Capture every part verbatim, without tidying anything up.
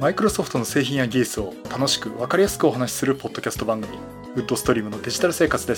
マイクロソフトの製品や技術を楽しく分かりやすくお話しするポッドキャスト番組、ウッドストリームのデジタル生活です。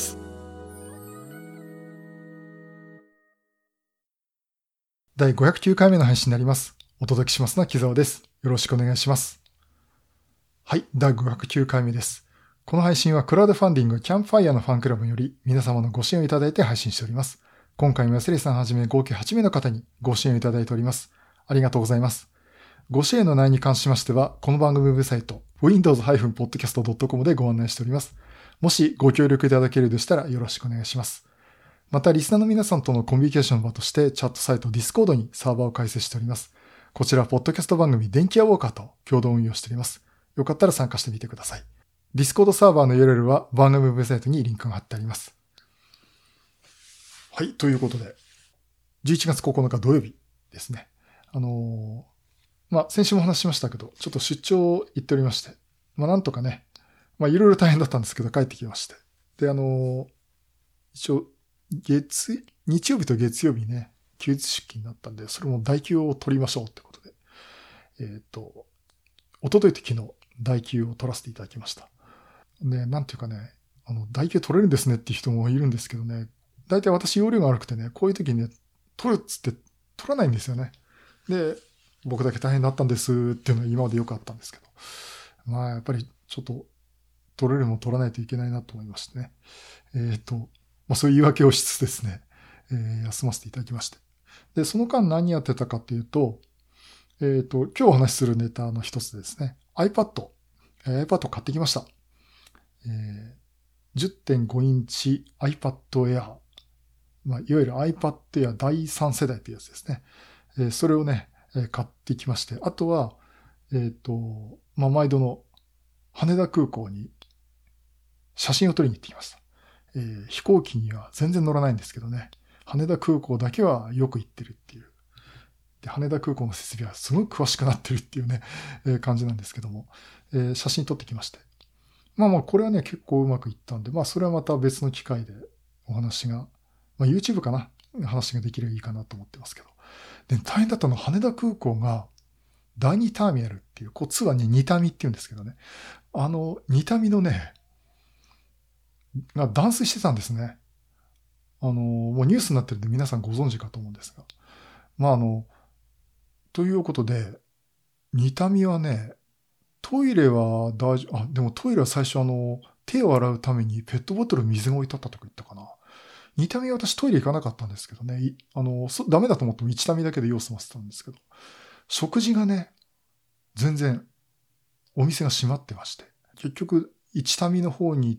だいごひゃくきゅうかいめの配信になります。お届けしますのは木澤です。よろしくお願いします。はい、だいごひゃくきゅうかいめです。この配信はクラウドファンディングキャンプファイヤーのファンクラブにより皆様のご支援をいただいて配信しております。今回も安利さんはじめ合計はちめいの方にご支援をいただいております。ありがとうございます。ご支援の内容に関しましては、この番組ウェブサイト、ウィンドウズ ポッドキャスト ドットコム でご案内しております。もしご協力いただけるでしたらよろしくお願いします。また、リスナーの皆さんとのコミュニケーションの場として、チャットサイト Discord にサーバーを開設しております。こちら、ポッドキャスト番組電気屋ウォーカーと共同運用しております。よかったら参加してみてください。Discord サーバーの ユーアールエル は番組ウェブサイトにリンクが貼ってあります。はい、ということで、じゅういちがつここのか土曜日ですね。あのーまあ、先週もお話ししましたけど、ちょっと出張行っておりまして、まあ、なんとかね、まあ、いろいろ大変だったんですけど、帰ってきまして。で、あの、一応、月、日曜日と月曜日ね、休日出勤になったんで、それも代休を取りましょうってことで、えっと、一昨日と昨日、代休を取らせていただきました。で、なんていうかね、あの、代休取れるんですねっていう人もいるんですけどね、大体私容量が悪くてね、こういう時にね、取るっつって取らないんですよね。で、僕だけ大変だったんですっていうのは今までよくあったんですけど。まあやっぱりちょっと取れるも取らないといけないなと思いましてね。えっと、まあそういう言い訳をしつつですね、えー、休ませていただきまして。で、その間何やってたかというと、えっと、今日お話しするネタの一つですね、iPad、えー、iPad を買ってきました。えー、じゅってんご インチ iPad Air、まあ、いわゆる iPad Air だいさん世代ってやつですね。えー、それをね、買ってきまして、あとは、えっと、まあ、毎度の羽田空港に写真を撮りに行ってきました。えー、飛行機には全然乗らないんですけどね、羽田空港だけはよく行ってるっていう。で、羽田空港の設備はすごく詳しくなってるっていうね、えー、感じなんですけども、えー、写真撮ってきまして。まあまあ、これはね、結構うまくいったんで、まあ、それはまた別の機会でお話が、まあ、YouTube かな、話ができればいいかなと思ってますけど。で、大変だったのは羽田空港が、だいにターミナルっていう、こっちはね、にタミって言うんですけどね。あの、にタミのね、が断水してたんですね。あの、もうニュースになってるんで皆さんご存知かと思うんですが。まああの、ということで、にタミはね、トイレは大丈夫、あ、でもトイレは最初あの、手を洗うためにペットボトル水が置いてあったとか言ったかな。にタミは私トイレ行かなかったんですけどね。あの、ダメだと思ってもいちタミだけで用済ませたんですけど。食事がね、全然お店が閉まってまして。結局、いちタミの方に行って、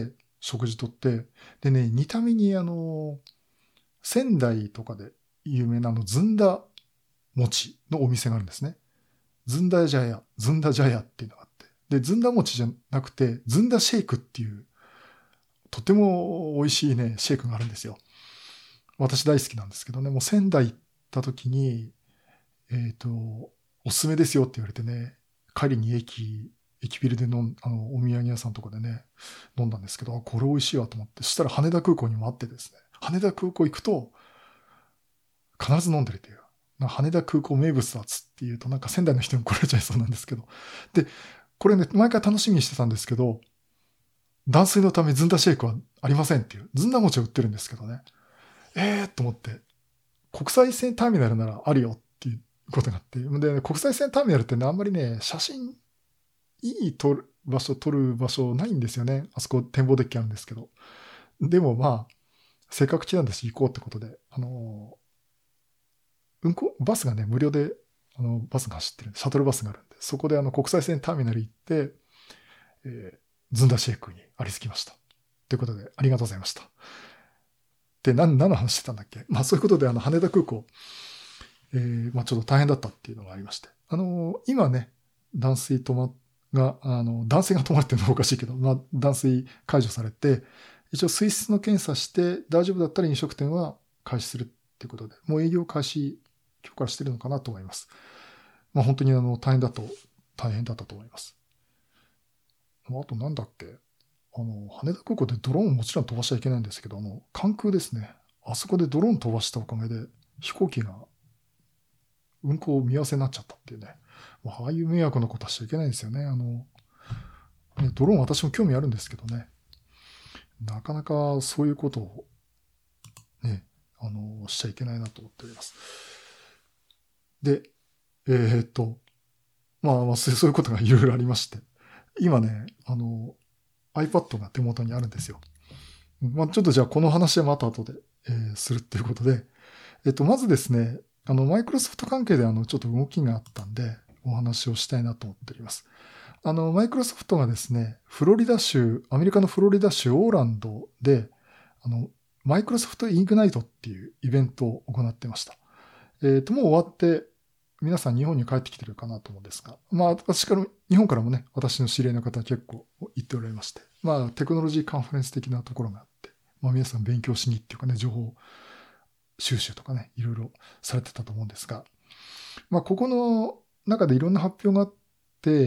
食事とって、でね、にタミにあの、仙台とかで有名なあの、ずんだ餅のお店があるんですね。ずんだジャヤ、ずんだジャヤっていうのがあって。で、ずんだ餅じゃなくて、ずんだシェイクっていう、とても美味しいね、シェイクがあるんですよ。私大好きなんですけどね、もう仙台行った時に、えっと、おすすめですよって言われてね、帰りに駅、駅ビルで飲ん、あの、お土産屋さんとかでね、飲んだんですけど、これ美味しいわと思って、そしたら羽田空港にもあってですね、羽田空港行くと、必ず飲んでるという。羽田空港名物だっつって言うと、なんか仙台の人に来られちゃいそうなんですけど。で、これね、毎回楽しみにしてたんですけど、断水のためずんだシェイクはありませんっていう。ずんだ餅を売ってるんですけどね。えーと思って、国際線ターミナルならあるよっていうことがあって。で、国際線ターミナルってね、あんまりね、写真、いい撮る場所、撮る場所ないんですよね。あそこ展望デッキあるんですけど。でもまあ、せっかく来たんだし行こうってことで、あの、運行、バスがね、無料で、あの、バスが走ってる、シャトルバスがあるんで、そこであの、国際線ターミナル行って、えー、ずんだシェイクにありつきました。ということで、ありがとうございました。で、何、何の話してたんだっけ？まあそういうことで、あの、羽田空港、えー、まあちょっと大変だったっていうのがありまして。あのー、今ね、断水止ま、が、あの、断水が止まるっていうのはおかしいけど、まあ断水解除されて、一応水質の検査して大丈夫だったら飲食店は開始するっていうことで、もう営業開始、今日からしてるのかなと思います。まあ本当にあの、大変だと、大変だったと思います。あとなんだっけ？あの、羽田空港でドローンもちろん飛ばしちゃいけないんですけど、あの、関空ですね。あそこでドローン飛ばしたおかげで飛行機が運航見合わせになっちゃったっていうね。 ああいう迷惑なことはしちゃいけないですよね。あの、ね、ドローン私も興味あるんですけどね。なかなかそういうことをね、あの、しちゃいけないなと思っております。で、えー、っと、まあ、まあ、そういうことがいろいろありまして、今ね、あの、iPad が手元にあるんですよ。まあ、ちょっとじゃあこの話はまた後で、えー、するっていうことで、えっと、まずですね、あの、マイクロソフト関係であの、ちょっと動きがあったんで、お話をしたいなと思っております。あの、マイクロソフトがですね、フロリダ州、アメリカのフロリダ州オーランドで、あの、マイクロソフトイングナイトっていうイベントを行ってました。えっと、もう終わって、皆さん日本に帰ってきてるかなと思うんですが、まあ、私から、日本からもね、私の知り合いの方は結構行っておられまして、まあ、テクノロジーカンファレンス的なところがあって、まあ、皆さん勉強しにっていうかね、情報収集とかね、いろいろされてたと思うんですが、まあ、ここの中でいろんな発表があって、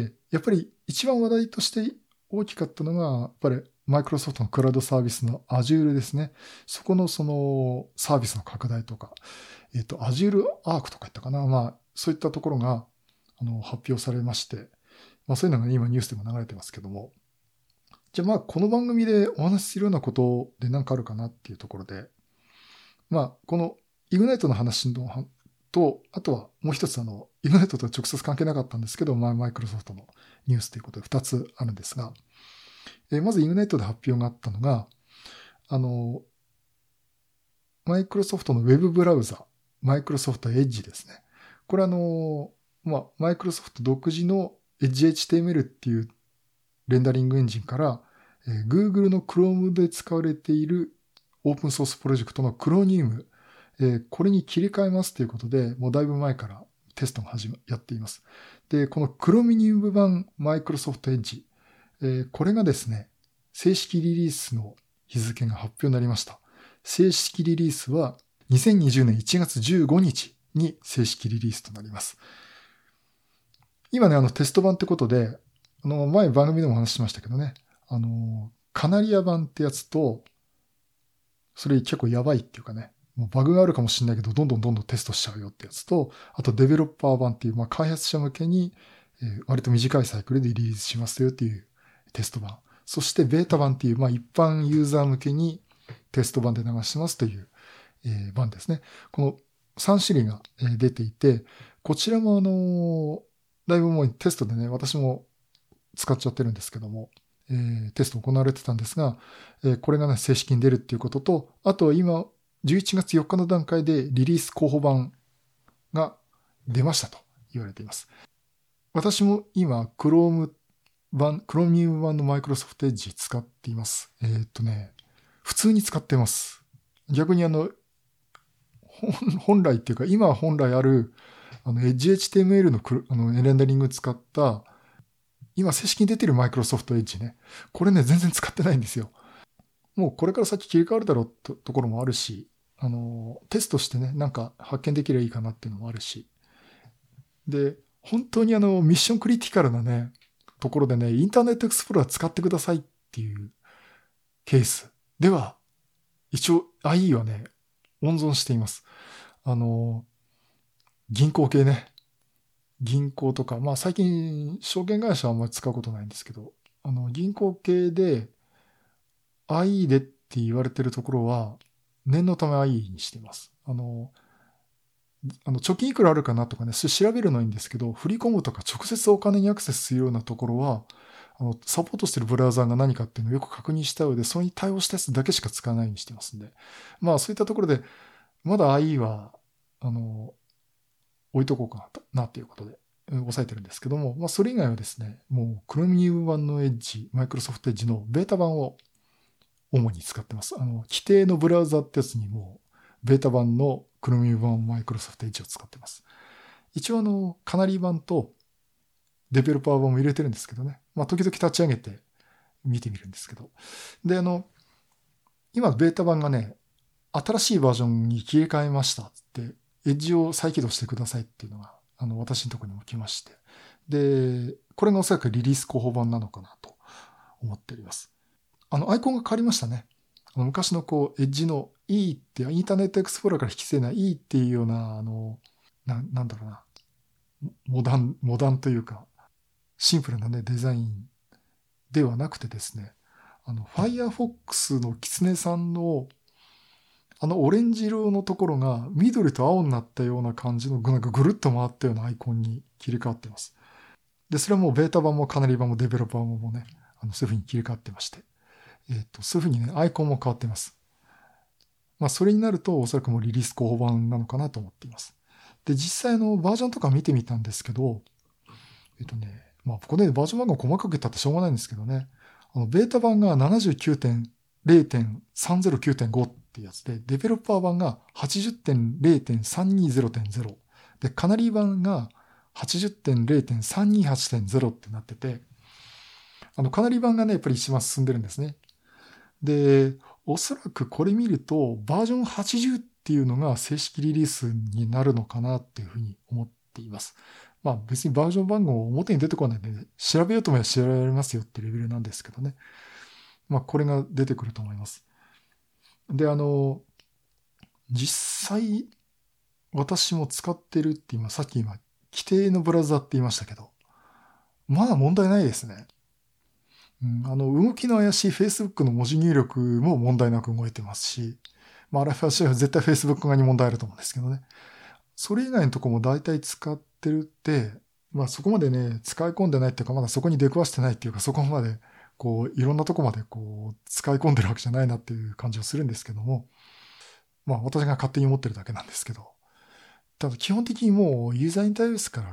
やっぱり一番話題として大きかったのが、やっぱりマイクロソフトのクラウドサービスの Azure ですね。そこのそのサービスの拡大とか、えっと、Azure Arc とか言ったかな。まあ、そういったところがあの発表されまして、まあそういうのが、ね、今ニュースでも流れてますけども、じゃあまあこの番組でお話しするようなことで何かあるかなっていうところで、まあこのイグナイトの話のと、あとはもう一つあの、イグナイトとは直接関係なかったんですけど、まあマイクロソフトのニュースということで二つあるんですが、えー、まずイグナイトで発表があったのが、あの、マイクロソフトのウェブブラウザ、マイクロソフトエッジですね。これあの、まあ、マイクロソフト独自の エッジエイチティーエムエル っていうレンダリングエンジンから、えー、Google の Chrome で使われているオープンソースプロジェクトの Chromium、えー、これに切り替えますということで、もうだいぶ前からテストが始め、やっています。で、この Chromium 版マイクロソフトエッジ、えー、これがですね、正式リリースの日付が発表になりました。正式リリースはにせんにじゅうねんいちがつじゅうごにちに正式リリースとなります。今ね、あのテスト版ってことで、あの前番組でもお話ししましたけどね、あの、カナリア版ってやつと、それ結構やばいっていうかね、もうバグがあるかもしれないけど、どんどんどんどんテストしちゃうよってやつと、あとデベロッパー版っていう、まあ開発者向けに、えー、割と短いサイクルでリリースしますよっていうテスト版。そしてベータ版っていう、まあ一般ユーザー向けにテスト版で流しますという、えー、版ですね。このさん種類が出ていて、こちらもあのー、だいぶもうテストでね、私も使っちゃってるんですけども、えー、テスト行われてたんですが、えー、これがね、正式に出るっていうことと、あとは今、じゅういちがつよっかの段階でリリース候補版が出ましたと言われています。私も今、Chrome 版、Chromium 版の Microsoft Edge 使っています。えー、っとね、普通に使ってます。逆にあの、本来っていうか、今本来ある、あの、エッジエイチティーエムエル のあのレンダリング使った、今正式に出てる Microsoft Edge ね。これね、全然使ってないんですよ。もうこれから先切り替わるだろうってところもあるし、あの、テストしてね、なんか発見できればいいかなっていうのもあるし。で、本当にあの、ミッションクリティカルなね、ところでね、インターネットエクスプローラー使ってくださいっていうケースでは、一応 アイイー はね、温存しています。あの、銀行系ね。銀行とか、まあ最近証券会社はあんまり使うことないんですけど、あの、銀行系で アイイー でって言われてるところは、念のため アイイー にしています。あの、あの貯金いくらあるかなとかね、それ調べるのはいいんですけど、振り込むとか直接お金にアクセスするようなところは、あの、サポートしてるブラウザーが何かっていうのをよく確認した上で、それに対応したやつだけしか使わないようにしてますんで。まあそういったところで、まだ アイイー は、あの、置いとこうかなっていうことで、押さえてるんですけども、まあそれ以外はですね、もう Chromium 版の Edge、Microsoft Edge のベータ版を主に使ってます。あの、規定のブラウザってやつにも、ベータ版の Chromium 版 Microsoft Edge を使ってます。一応あの、カナリー版とデベロッパー版も入れてるんですけどね。まあ、時々立ち上げて見てみるんですけど。で、あの、今、ベータ版がね、新しいバージョンに切り替えましたって、エッジを再起動してくださいっていうのが、あの、私のところにも来まして。で、これがおそらくリリース候補版なのかなと思っております。あの、アイコンが変わりましたね。あの昔のこう、エッジの E って、インターネットエクスプローラーから引き継いだ E っていうような、あの、な、なんだろうな。 モダン、モダンというか、シンプルなね、デザインではなくてですね、あの、Firefox のキツネさんの、あのオレンジ色のところが緑と青になったような感じの、なんかぐるっと回ったようなアイコンに切り替わっています。で、それはもうベータ版もカナリ版もデベロッパー版もね、あの、そういう風に切り替わってまして、えっと、そういう風にね、アイコンも変わっています。まあ、それになると、おそらくもうリリース候補版なのかなと思っています。で、実際のバージョンとか見てみたんですけど、えっとね、まあ、ここでバージョン番号細かく言ったってしょうがないんですけどね、あの、ベータ版が ななじゅうきゅうてんれいてんさんぜろきゅうてんご っていうやつで、デベロッパー版が はちじゅってんれいてんさんにぜろてんゼロ で、カナリー版が はちじゅってんれいてんさんにはちてんゼロ ってなってて、あの、カナリー版がね、やっぱり一番進んでるんですね。で、おそらくこれ見ると、バージョンはちじゅうっていうのが正式リリースになるのかなっていうふうに思っています。まあ別にバージョン番号表に出てこないんで、ね、調べようと思えば調べられますよってレベルなんですけどね。まあこれが出てくると思います。で、あの、実際私も使ってるって今、さっき今、規定のブラウザって言いましたけど、まあ問題ないですね。うん、あの、動きの怪しい Facebook の文字入力も問題なく動いてますし、まあ、あれは絶対 Facebook 側に問題あると思うんですけどね。それ以外のとこも大体使ってるって、まあそこまでね、使い込んでないっていうか、まだそこに出くわしてないっていうか、そこまで、こう、いろんなとこまでこう、使い込んでるわけじゃないなっていう感じはするんですけども、まあ私が勝手に思ってるだけなんですけど、ただ基本的にもうユーザーインターフェースから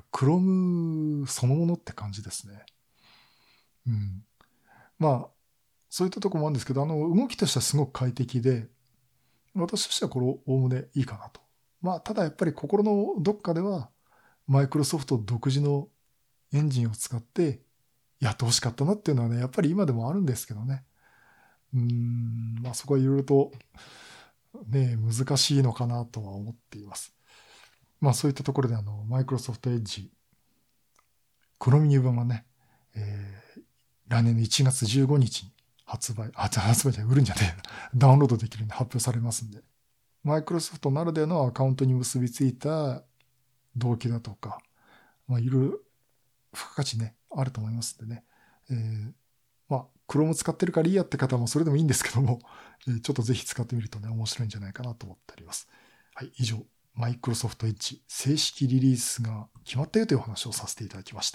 Chrome そのものって感じですね。うん。まあ、そういったとこもあるんですけど、あの、動きとしてはすごく快適で、私としてはこれ、おおむねいいかなと。まあ、ただやっぱり心のどっかでは、マイクロソフト独自のエンジンを使ってやってほしかったなっていうのはね、やっぱり今でもあるんですけどね。うーん、まあそこはいろいろとね、難しいのかなとは思っています。まあそういったところであの、マイクロソフトエッジ、クロミニュー版はね、えー、来年のいちがつじゅうごにちに発売、あ、発売じゃ売るんじゃねえ。ダウンロードできるように発表されますんで。マイクロソフトならではのアカウントに結びついた動機だとか、まあ、いろいろ付加価値ね、あると思いますんでね。えー、まあ、Chrome 使ってるからいいやって方もそれでもいいんですけども、えー、ちょっとぜひ使ってみるとね、面白いんじゃないかなと思っております。はい、以上、マイクロソフトエッジ正式リリースが決まったよというお話をさせていただきました。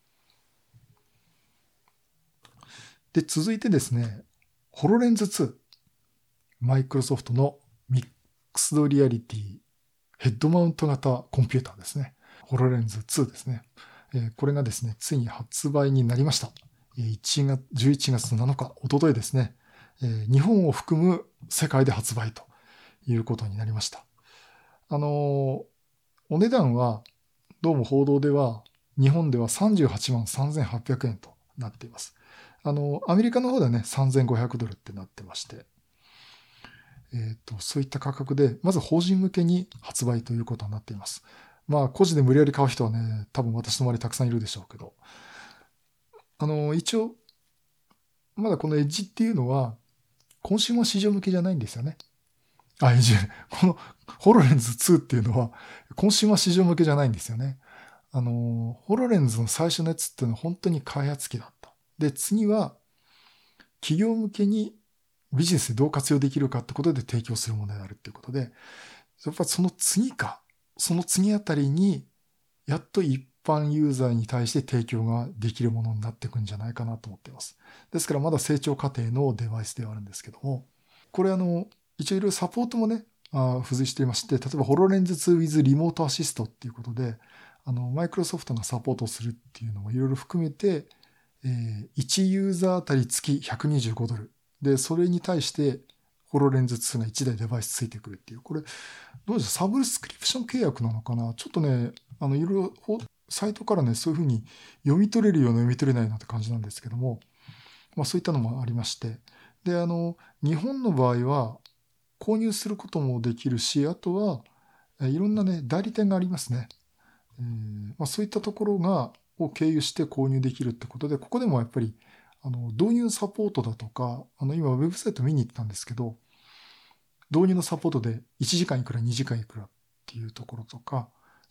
で、続いてですね、ホロレンズツー。マイクロソフトのミックスドリアリティヘッドマウント型コンピューターですね。ホロレンズツーですね。えー、これがですね、ついに発売になりました。いちがつ、じゅういちがつなのか、おとといですね、えー、日本を含む世界で発売ということになりました。あのー、お値段は、どうも報道では、日本ではさんじゅうはちまんさんぜんはっぴゃくえんとなっています。あの、アメリカの方ではね、さんぜんごひゃくドルってなってまして、えっと、そういった価格で、まず法人向けに発売ということになっています。まあ、個人で無理やり買う人はね、多分私の周りたくさんいるでしょうけど、あの、一応、まだこのエッジっていうのは、コンシューマー市場向けじゃないんですよね。あ、エッジ、このホロレンズツーっていうのは、コンシューマー市場向けじゃないんですよね。あの、ホロレンズの最初のやつっていうのは本当に開発機だった。で、次は、企業向けにビジネスでどう活用できるかってことで提供するものであるっていうことで、やっぱその次か、その次あたりに、やっと一般ユーザーに対して提供ができるものになっていくんじゃないかなと思っています。ですからまだ成長過程のデバイスではあるんですけども、これあの、一応いろいろサポートもね、あ付随していまして、例えば HoloLens ツー with Remote Assist っていうことで、あの、マイクロソフトがサポートするっていうのもいろいろ含めて、えー、いちユーザーあたり月ひゃくにじゅうごドル。で、それに対して、ホロレンズツーがいちだいデバイスついてくるっていう。これ、どうでしょう、サブスクリプション契約なのかな、ちょっとね、あの、いろいろ、サイトからね、そういうふうに読み取れるような読み取れないようなって感じなんですけども、まあそういったのもありまして。で、あの、日本の場合は、購入することもできるし、あとは、えいろんなね、代理店がありますね。えーまあ、そういったところが、を経由して購入できるってことで、ここでもやっぱり、あの、導入サポートだとか、あの、今ウェブサイト見に行ったんですけど、導入のサポートでいちじかんいくらにじかんいくらっていうところとか、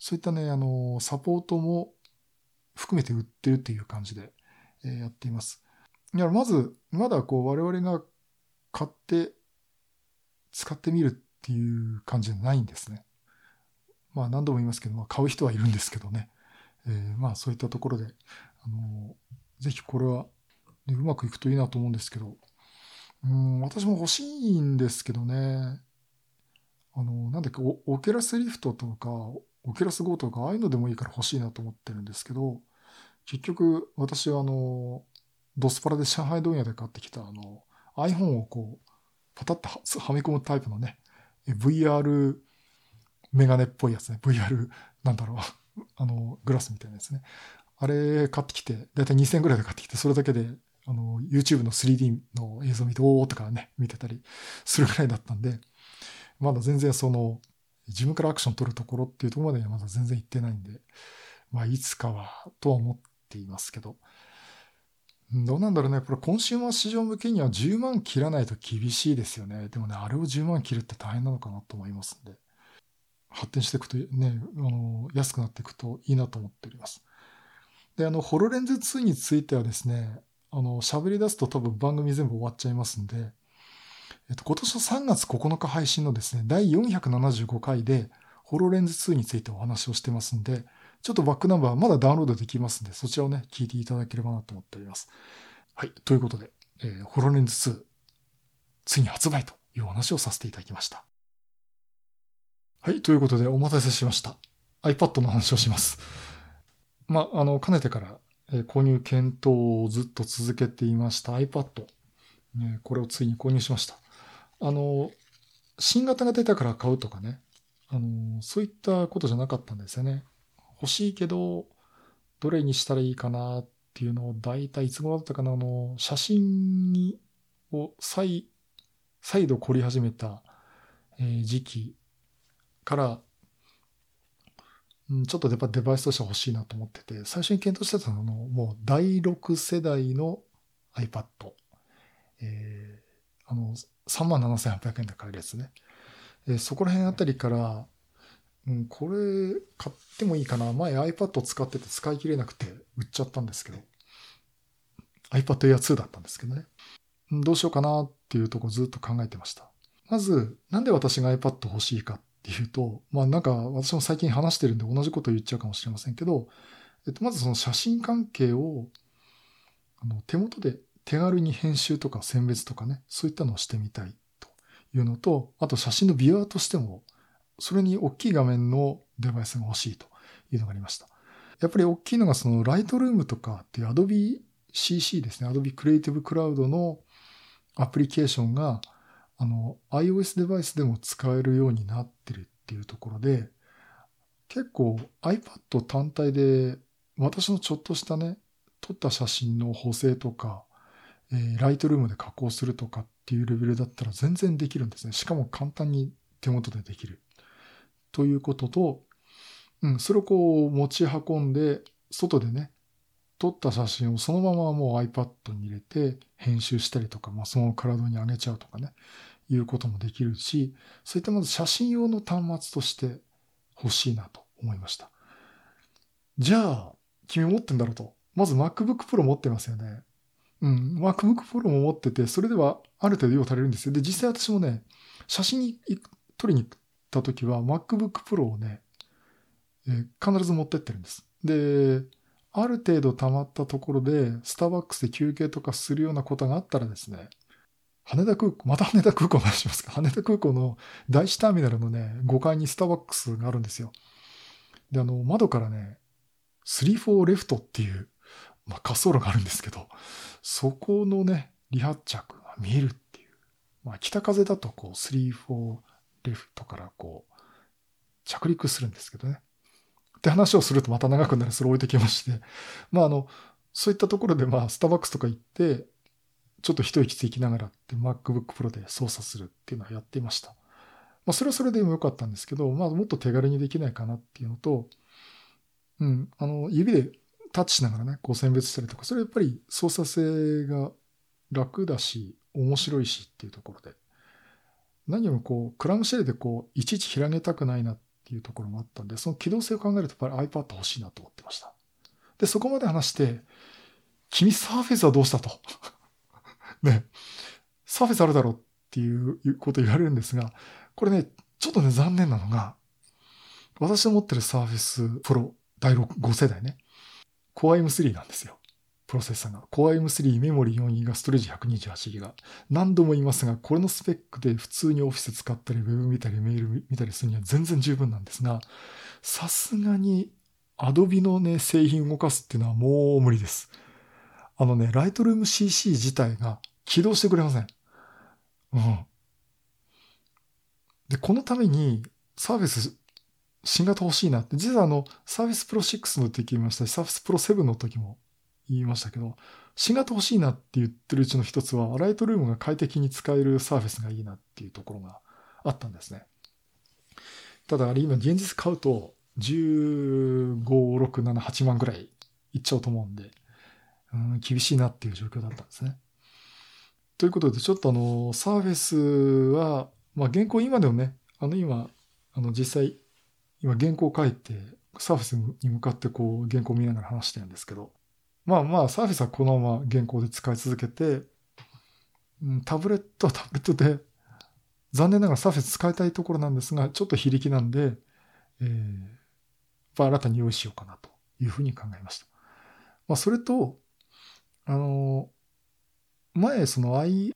そういったね、あの、サポートも含めて売ってるっていう感じで、えーやっています。いや、まず、まだこう、我々が買って使ってみるっていう感じじゃないんですね。まあ何度も言いますけど、まあ買う人はいるんですけどね。えーまあそういったところで、あのーぜひこれは、ね、うまくいくといいなと思うんですけど、うん、私も欲しいんですけどね、あのーなんだっけ、オオケラスリフトとか、オケラス ゴー とか、ああいうのでもいいから欲しいなと思ってるんですけど、結局私はあのードスパラで上海問屋で買ってきたあの iPhone をこう、パタッとははめ込むタイプのね、ブイアール メガネっぽいやつね。ブイアール、なんだろう。あの、グラスみたいなやつね。あれ買ってきて、だいたいにせんえんぐらいで買ってきて、それだけで、あの、YouTube の スリーディー の映像見て、おーとかね、見てたりするぐらいだったんで、まだ全然その、自分からアクション取るところっていうところまではまだ全然行ってないんで、まあ、いつかは、とは思っていますけど、どうなんだろうね。これ、コンシューマー市場向けにはじゅうまん切らないと厳しいですよね。でもね、あれをじゅうまん切るって大変なのかなと思いますんで。発展していくとね、あの、安くなっていくといいなと思っております。で、あの、ホロレンズツーについてはですね、あの、喋り出すと多分番組全部終わっちゃいますんで、えっと、今年のさんがつここのか配信のですね、だいよんひゃくななじゅうごかいで、ホロレンズツーについてお話をしてますんで、ちょっとバックナンバーまだダウンロードできますんで、そちらをね、聞いていただければなと思っております。はい。ということで、えー、ホロレンズツー、ついに発売というお話をさせていただきました。はい。ということで、お待たせしました。iPad の話をします。まあ、あの、かねてから、えー購入検討をずっと続けていました iPad。ね、これをついに購入しました。あの、新型が出たから買うとかね、あの、そういったことじゃなかったんですよね。欲しいけど、どれにしたらいいかなっていうのを、だいたいいつ頃だったかな、あの、写真に、を再、再度凝り始めた、えー時期から、うんちょっとやっぱデバイスとしては欲しいなと思ってて、最初に検討してたのの、もうだいろく世代の iPad。えーあの、さんまんななせんはっぴゃくえんで買えるやつね。えーそこら辺あたりから、うん、これ買ってもいいかな。前 iPad 使ってて使い切れなくて売っちゃったんですけど、iPad Air ツーだったんですけどね。うんどうしようかなっていうとこずっと考えてました。まず、なんで私が iPad 欲しいかっていうと、まあなんか私も最近話してるんで同じこと言っちゃうかもしれませんけど、えっと、まずその写真関係をあの手元で手軽に編集とか選別とかね、そういったのをしてみたいというのと、あと写真のビュアーとしても、それに大きい画面のデバイスが欲しいというのがありました。やっぱり大きいのがその Lightroom とかっていう Adobe シーシー ですね、Adobe Creative Cloud のアプリケーションがあの iOS デバイスでも使えるようになってるっていうところで、結構 iPad 単体で私のちょっとしたね、撮った写真の補正とか、えー、ライトルームで加工するとかっていうレベルだったら全然できるんですね。しかも簡単に手元でできる。ということと、うん、それをこう持ち運んで、外でね、撮った写真をそのままもう iPad に入れて編集したりとか、まあ、その体に上げちゃうとかね、いうこともできるし、そういったまず写真用の端末として欲しいなと思いました。じゃあ、君持ってんだろうと。まず MacBook Pro 持ってますよね。うん。MacBook Pro も持ってて、それではある程度用足りるんですよ。で、実際私もね、写真に撮りに行った時は MacBook Pro をね、えー必ず持ってってるんです。で、ある程度溜まったところで、スターバックスで休憩とかするようなことがあったらですね、羽田空港、また羽田空港の話しますか。羽田空港の第一ターミナルのね、ごかいにスターバックスがあるんですよ。で、あの、窓からね、スリーフォーレフトっていう、まあ、滑走路があるんですけど、そこのね、離発着が見えるっていう。まあ、北風だとこう、スリーフォーレフトからこう、着陸するんですけどね。って話をするとまた長くなる、それ置いてきまして。まあ、あの、そういったところで、まあ、スターバックスとか行って、ちょっと一息つきながらって MacBook Pro で操作するっていうのはやっていました。まあ、それはそれでもよかったんですけど、まあ、もっと手軽にできないかなっていうのと、うん、あの、指でタッチしながらね、こう選別したりとか、それやっぱり操作性が楽だし、面白いしっていうところで、何よりもこう、クラムシェルでこう、いちいち広げたくないなってっていうところもあったんで、その機動性を考えるとやっぱり iPad 欲しいなと思ってました。で、そこまで話して、君サーフェスはどうしたと。ね。サーフェスあるだろうっていうことを言われるんですが、これね、ちょっとね、残念なのが、私の持ってるサーフェスプロだいご世代ね、Core アイエムスリー なんですよ。プロセッサーが。Core アイエムスリー、メモリー よんギガバイト、ストレージ ひゃくにじゅうはちギガバイト。何度も言いますが、これのスペックで普通にオフィス使ったり、ウェブ見たり、メール見たりするには全然十分なんですが、さすがに Adobe のね、製品を動かすっていうのはもう無理です。あのね、Lightroom シーシー 自体が起動してくれません。うん。で、このためにサーフェス新型欲しいなって、実はあの、サーフェスプロシックスの時言いましたし、サーフェスプロセブンの時も言いましたけど、新型欲しいなって言ってるうちの一つは、ライトルームが快適に使えるサーフェスがいいなっていうところがあったんですね。ただあれ今現実買うと、じゅうご、ろく、なな、はちまんぐらいいっちゃうと思うんで、うん、厳しいなっていう状況だったんですね。ということで、ちょっとあの、サーフェスは、まあ原稿今でもね、あの今、あの実際、今原稿を書いて、サーフェスに向かってこう原稿を見ながら話してるんですけど、まあまあ、サーフェスはこのまま原稿で使い続けて、タブレットはタブレットで、残念ながらサーフェス使いたいところなんですが、ちょっと非力なんで、えー、新たに用意しようかなというふうに考えました。まあ、それと、あの、前、その iPad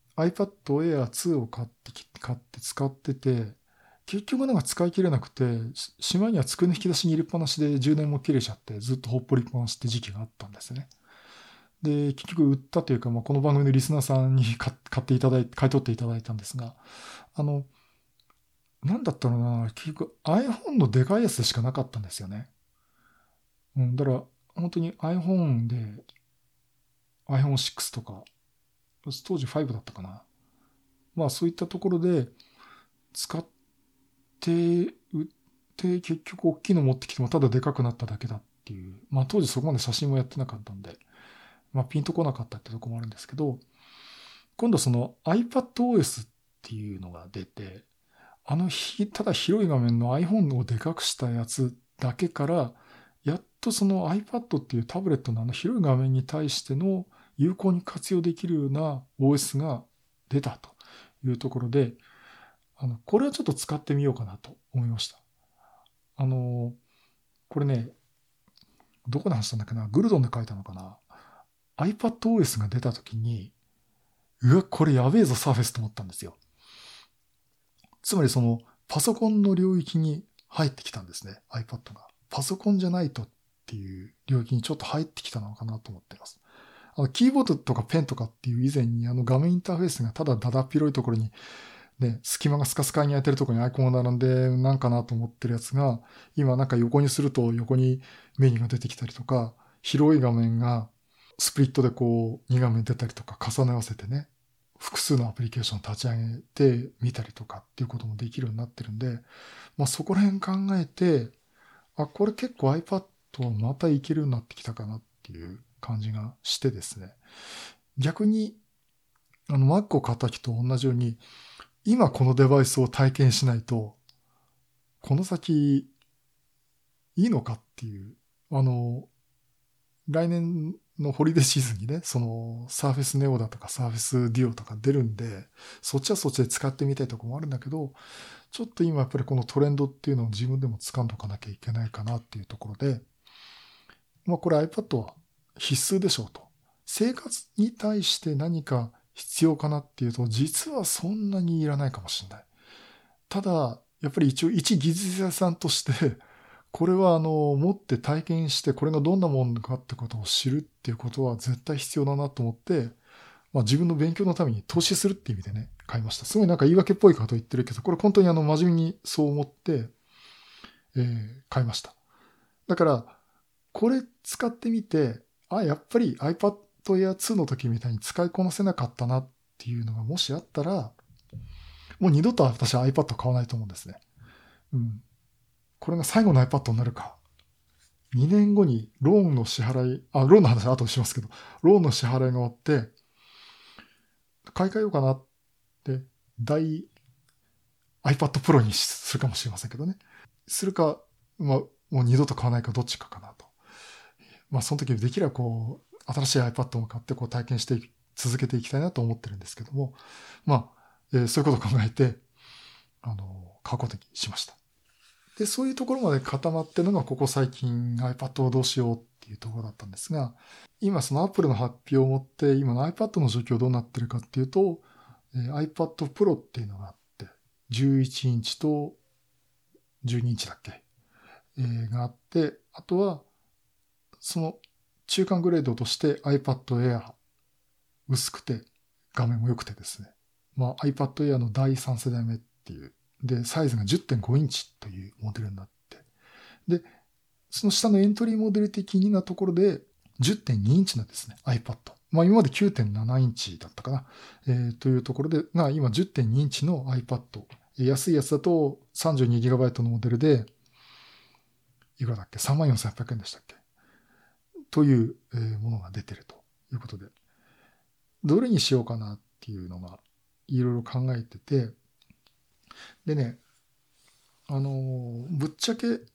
Air ツーを買ってき、買って使ってて、結局なんか使い切れなくて、しまいには机の引き出しに入れっぱなしで充電も切れちゃって、ずっとほっぽりっぱなしって時期があったんですね。で、結局売ったというか、まあ、この番組のリスナーさんに買っていただいて、買い取っていただいたんですが、あの、なんだったろうな、結局 iPhone のでかいやつでしかなかったんですよね。うん、だから、本当に iPhone で アイフォンシックス とか、当時ファイブだったかな。まあそういったところで使って売って結局大きいの持ってきてもただでかくなっただけだっていう。まあ当時そこまで写真もやってなかったんで、まあピンとこなかったってとこもあるんですけど、今度その iPadOS っていうのが出て、あのひ、ただ広い画面の iPhone をでかくしたやつだけから、やっとその iPad っていうタブレットのあの広い画面に対しての有効に活用できるような オーエス が出たというところで、あの、これはちょっと使ってみようかなと思いました。あの、これね、どこで話したんだっけな、グルドンで書いたのかな。iPadOS が出た時に、うわ、これやべえぞ、サーフェスと思ったんですよ。つまりその、パソコンの領域に入ってきたんですね、iPad が。パソコンじゃないとっていう領域にちょっと入ってきたのかなと思っています。あの、キーボードとかペンとかっていう以前に、あの画面インターフェースがただだだっ広いところに、ね、隙間がスカスカに空いてるところにアイコンが並んで、なんかなと思ってるやつが、今なんか横にすると横にメニューが出てきたりとか、広い画面がスプリットでこうに画面出たりとか重ね合わせてね、複数のアプリケーションを立ち上げてみたりとかっていうこともできるようになってるんで、まあそこら辺考えて、あ、これ結構 iPad はまたいけるようになってきたかなっていう感じがしてですね。逆に、あの Mac を買った人と同じように、今このデバイスを体験しないと、この先いいのかっていう、あの、来年のホリデーシーズンにね、その Surface Neo だとか Surface Duo とか出るんで、そっちはそっちで使ってみたいところもあるんだけど、ちょっと今やっぱりこのトレンドっていうのを自分でも掴んどかなきゃいけないかなっていうところで、まあこれ iPad は必須でしょうと。生活に対して何か必要かなっていうと、実はそんなにいらないかもしれない。ただ、やっぱり一応一技術者さんとして、これはあの、持って体験して、これがどんなものかってことを知るっていうことは絶対必要だなと思って、まあ自分の勉強のために投資するっていう意味でね、買いました。すごいなんか言い訳っぽいこと言ってるけど、これ本当にあの、真面目にそう思って、えー、買いました。だから、これ使ってみて、あ、やっぱり iPad Air ツーの時みたいに使いこなせなかったなっていうのがもしあったら、もう二度と私は iPad 買わないと思うんですね。うん。これが最後の iPad になるか。にねんごにローンの支払い、あ、ローンの話は後でしますけど、ローンの支払いが終わって、買い替えようかなって、大 iPad Pro にするかもしれませんけどね。 するか、まあ、もう二度と買わないかどっちかかなと。まあ、その時できればこう、新しい iPad を買ってこう体験して続けていきたいなと思ってるんですけども、まあ、えー、そういうことを考えて、あの、買うことにしました。で、そういうところまで固まってるのが、ここ最近 iPad をどうしようっていうところだったんですが、今その Apple の発表をもって、今の iPad の状況どうなってるかっていうと、えー、iPad Pro っていうのがあって、じゅういちインチとじゅうにインチだっけ、えー、があって、あとは、その中間グレードとして iPad Air 薄くて画面も良くてですね。まあ iPad Air のだいさん世代目っていう。で、サイズが じゅってんごインチというモデルになって。で、その下のエントリーモデル的なところで じゅってんにインチなんですね。iPad。まあ今まで きゅうてんななインチだったかな。えー、というところで、が今 じゅってんにインチの iPad。安いやつだと さんじゅうにギガバイト のモデルで、いくらだっけ ?さんまんよんせんはっぴゃくえんでしたっけというものが出てるということで、どれにしようかなっていうのがいろいろ考えてて、でね、あの、ぶっちゃけ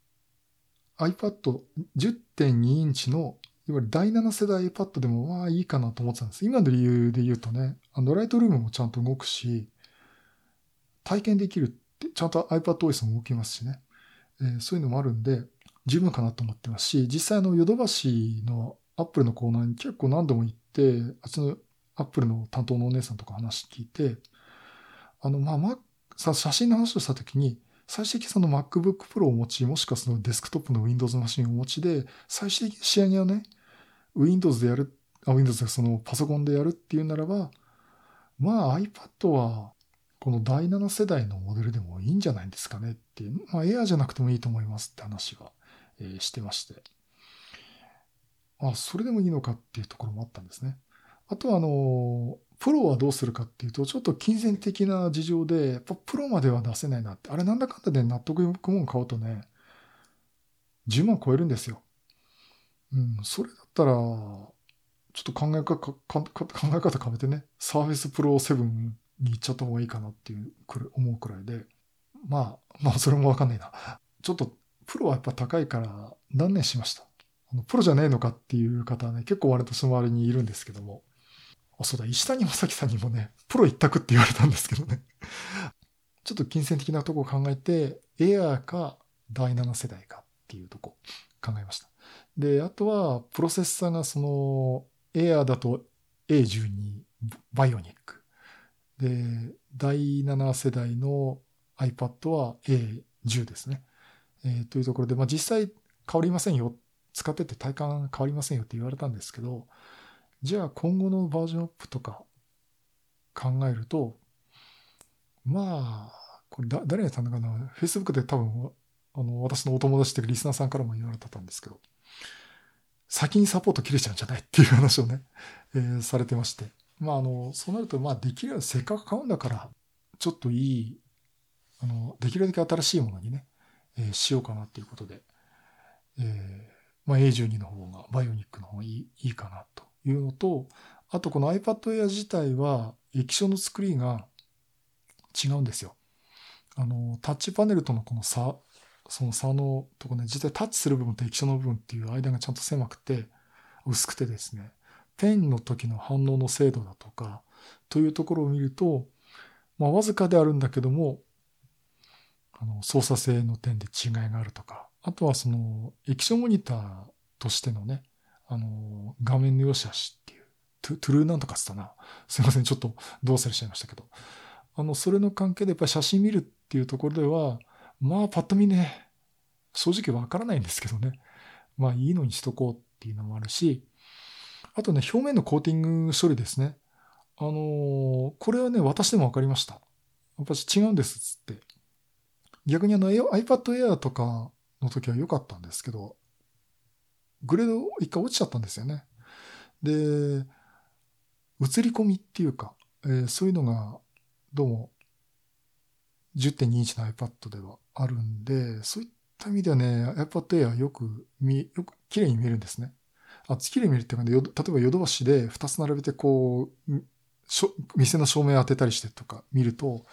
iPadじゅってんに インチのいわゆるだいなな世代 iPad でもまあいいかなと思ってたんです。今の理由で言うとね、あのライトルームもちゃんと動くし、体験できるって、ちゃんと iPadOS も動きますしね、えー、そういうのもあるんで、十分かなと思ってますし、実際あのヨドバシのアップルのコーナーに結構何度も行って、あっちのアップルの担当のお姉さんとか話聞いて、あの、まあ、ま、さ、写真の話をしたときに、最終的にその MacBook Pro をお持ち、もしくはそのデスクトップの Windows マシンをお持ちで、最終的に仕上げをね、Windows でやる、あ、Windows でそのパソコンでやるっていうならば、まあ iPad は、このだいなな世代のモデルでもいいんじゃないですかねっていう、まあ Air じゃなくてもいいと思いますって話が、えー、してまして。あ、それでもいいのかっていうところもあったんですね。あとはあの、プロはどうするかっていうと、ちょっと金銭的な事情で、やっぱプロまでは出せないなって。あれなんだかんだで納得いくもん買うとね、じゅうまん超えるんですよ。うん、それだったら、ちょっと考えか、か、か、考え方変えてね、サーフェスプロセブンに行っちゃった方がいいかなっていうくらい思うくらいで、まあ、まあそれもわかんないな。ちょっとプロはやっぱ高いから断念しました。あのプロじゃねえのかっていう方はね、結構割とその周りにいるんですけども。あ、そうだ、石谷正樹さんにもね、プロ一択って言われたんですけどね。ちょっと金銭的なとこを考えて、エアーかだいなな世代かっていうとこ考えました。で、あとは、プロセッサーがその、エアーだと エーじゅうに バイオニック。で、だいなな世代の iPad は エーじゅう ですね。えー、というところで、まあ実際変わりませんよ。使ってて体感変わりませんよって言われたんですけど、じゃあ今後のバージョンアップとか考えると、まあ、これだ誰が言ったのかな ?Facebook で多分、あの、私のお友達っていうリスナーさんからも言われてたんですけど、先にサポート切れちゃうんじゃないっていう話をね、えー、されてまして。まあ、あの、そうなると、まあ、できるだけせっかく買うんだから、ちょっといい、あの、できるだけ新しいものにね、えー、しようかなっていうことで、えー、まあ、エーじゅうに の方が、バイオニックの方がいい、いいかなというのと、あとこの iPad Air 自体は、液晶の作りが違うんですよ。あの、タッチパネルとのこの差、その差のとこね、実際タッチする部分と液晶の部分っていう間がちゃんと狭くて、薄くてですね、ペンの時の反応の精度だとか、というところを見ると、まあ、わずかであるんだけども、あの、操作性の点で違いがあるとか、あとはその、液晶モニターとしてのね、あの、画面の良し悪しっていう、トゥトゥルーなんとかつったな。すいません、ちょっとどうされちゃいましたけど。あの、それの関係でやっぱり写真見るっていうところでは、まあ、パッと見ね、正直わからないんですけどね。まあ、いいのにしとこうっていうのもあるし、あとね、表面のコーティング処理ですね。あのーこれはね、私でもわかりました。やっぱり違うんですっつって。逆にあの、iPad Air とかの時は良かったんですけど、グレード一回落ちちゃったんですよね。で、映り込みっていうか、えーそういうのが、どうも じゅってんに インチの iPad ではあるんで、そういった意味ではね、iPad Air よく見、よく綺麗に見えるんですね。あ、綺麗に見えるっていうかね、よ例えばヨドバシでふたつ並べてこう、しょ店の照明当てたりしてとか見ると、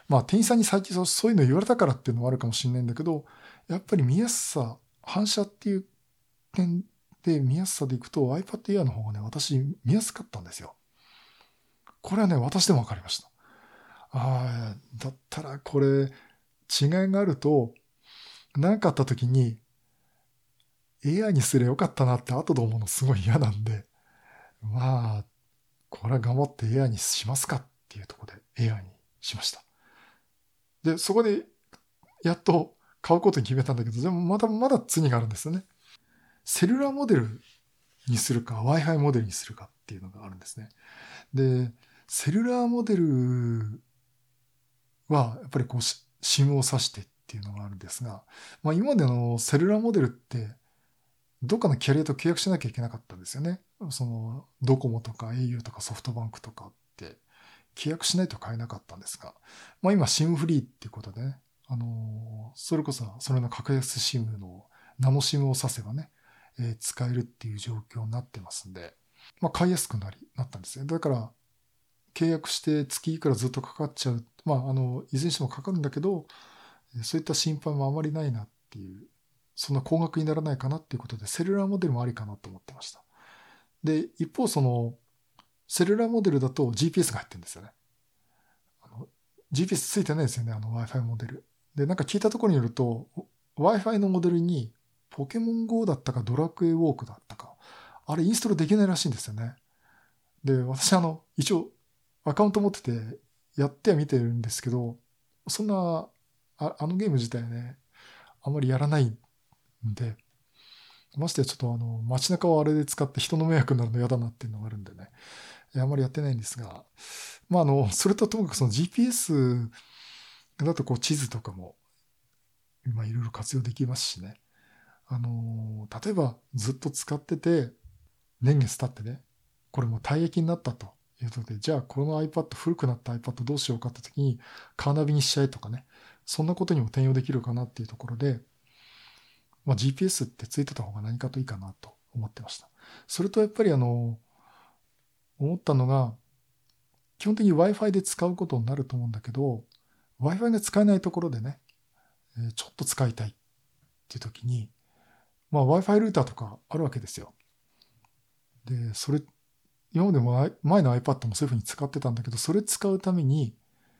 まあ店員さんに最近そういうの言われたからっていうのもあるかもしれないんだけど、やっぱり見やすさ、反射っていう点で見やすさでいくと iPad Air の方がね、私見やすかったんですよ。これはね、私でも分かりました。ああ、だったらこれ違いがあると、何かあった時に エーアイ にすればよかったなって後で思うのすごい嫌なんで、まあ、これは頑張って エーアイ にしますかっていうところで エーアイ にしました。で、そこでやっと買うことに決めたんだけど、でもまだまだ次があるんですよね。セルラーモデルにするか Wi-Fi モデルにするかっていうのがあるんですね。で、セルラーモデルはやっぱりこう SIM を挿してっていうのがあるんですが、まあ、今までのセルラーモデルってどっかのキャリアと契約しなきゃいけなかったんですよね。そのドコモとか au とかソフトバンクとかって契約しないと買えなかったんですが、まあ、今 SIM フリーっていうことでね、あのそれこそそれの格安 SIM のナノ SIM を挿せばね、えー、使えるっていう状況になってますんで、まあ、買いやすくなりなったんですね。だから契約して月いくらずっとかかっちゃう、まあ、あのいずれにしてもかかるんだけど、そういった心配もあまりないなっていう、そんな高額にならないかなっていうことでセルラーモデルもありかなと思ってました。で、一方そのセルラーモデルだと ジーピーエス が入ってるんですよね。あの ジーピーエス ついてないですよね、あの Wi-Fi モデル。で、なんか聞いたところによると Wi-Fi のモデルにポケモン ゴー だったかドラクエウォークだったか、あれインストールできないらしいんですよね。で、私あの一応アカウント持っててやっては見てるんですけど、そんなああのゲーム自体ね、あんまりやらないんで、ましてやちょっとあの街中をあれで使って人の迷惑になるの嫌だなっていうのがあるんでね、あんまりやってないんですが、まああの、それとともかくその ジーピーエス だとこう地図とかも今いろいろ活用できますしね。あの、例えばずっと使ってて年月経ってね、これもう退役になったということで、じゃあこの iPad、古くなった iPad どうしようかって時にカーナビにしちゃえとかね、そんなことにも転用できるかなっていうところで、まあ、ジーピーエス ってついてた方が何かといいかなと思ってました。それとやっぱりあの、思ったのが、基本的に Wi-Fi で使うことになると思うんだけど、Wi-Fi が使えないところでね、ちょっと使いたいっていう時に、まあ Wi-Fi ルーターとかあるわけですよ。で、それ、今までも前の iPad もそういうふうに使ってたんだけど、それ使うために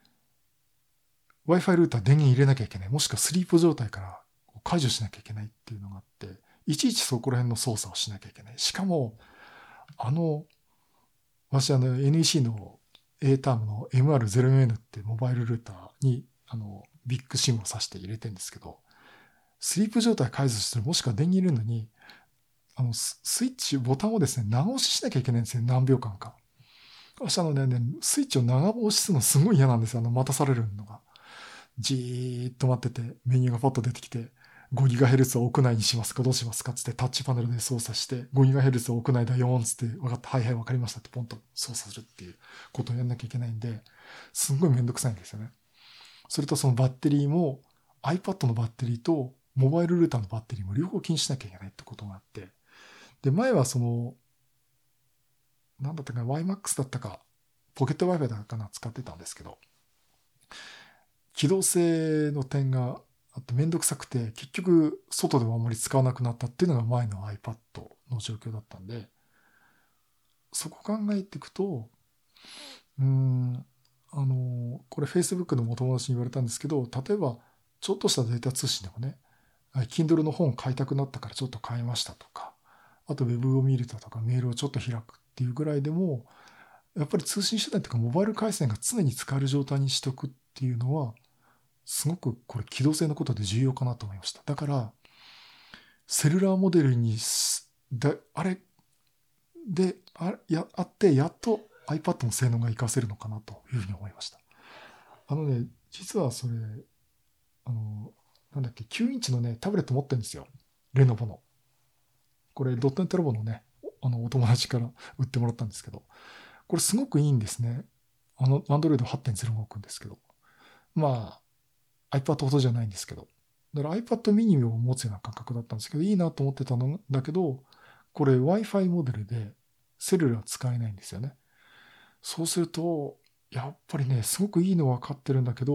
Wi-Fi ルーター電源入れなきゃいけない。もしくはスリープ状態から解除しなきゃいけないっていうのがあって、いちいちそこら辺の操作をしなきゃいけない。しかも、あの、私あの エヌイーシー の A タームの エムアールゼロよんエヌ ってモバイルルーターにあのビッグシムを挿して入れてるんですけど、スリープ状態解除してもしくは電源入れるのに、あのスイッチ、ボタンをですね、長押ししなきゃいけないんですよ。何秒間か。私あのね、スイッチを長押しするのすごい嫌なんですよ。あの待たされるのが。じーっと待ってて、メニューがパッと出てきて、ごギガヘルツ を屋内にしますかどうしますかつってタッチパネルで操作して、ごギガヘルツ を屋内だよーんつって、分かった、はいはい分かりましたってポンと操作するっていうことをやんなきゃいけないんで、すんごいめんどくさいんですよね。それとそのバッテリーも iPad のバッテリーとモバイルルーターのバッテリーも両方気にしなきゃいけないってことがあって、で、前はその、なんだったかな、ワイマックス だったか、ポケット Wi-Fi だったかな、使ってたんですけど、機動性の点があってめんどくさくて、結局外でもあんまり使わなくなったっていうのが前の iPad の状況だったんで、そこ考えていくと、うーん、あの、これ Facebook のお友達に言われたんですけど、例えばちょっとしたデータ通信でもね、Kindle の本買いたくなったからちょっと買いましたとか、あと Web を見るだとかメールをちょっと開くっていうぐらいでも、やっぱり通信手段というかモバイル回線が常に使える状態にしておくっていうのは、すごくこれ機動性のことで重要かなと思いました。だから、セルラーモデルにだあれであやあってやっと iPad の性能が活かせるのかなというふうに思いました。あのね、実はそれあのなんだっけきゅうインチのねタブレット持ってるんですよ。レノボの。これドットネットラボのねあのお友達から売ってもらったんですけど、これすごくいいんですね。あの Android はちてんゼロ が置くんですけど、まあ iPad ほどじゃないんですけど、だから iPad mini を持つような感覚だったんですけど、いいなと思ってたんだけど、これ Wi-Fi モデルでセルラー使えないんですよね。そうすると、やっぱりね、すごくいいのは分かってるんだけど、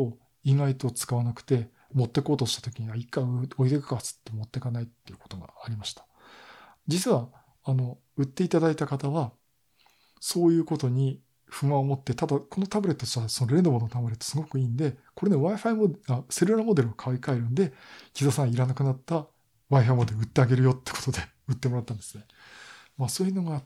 意外と使わなくて、持ってこうとした時には一回置いていくかっつって持ってかないっていうことがありました。実は、あの、売っていただいた方は、そういうことに不満を持って、ただこのタブレットとはそのレノボのタブレットすごくいいんで、これね Wi-Fi モデル、あ、セルラーモデルを買い替えるんで、木田さんいらなくなった Wi-Fi モデル売ってあげるよってことで売ってもらったんですね。まあそういうのがあって、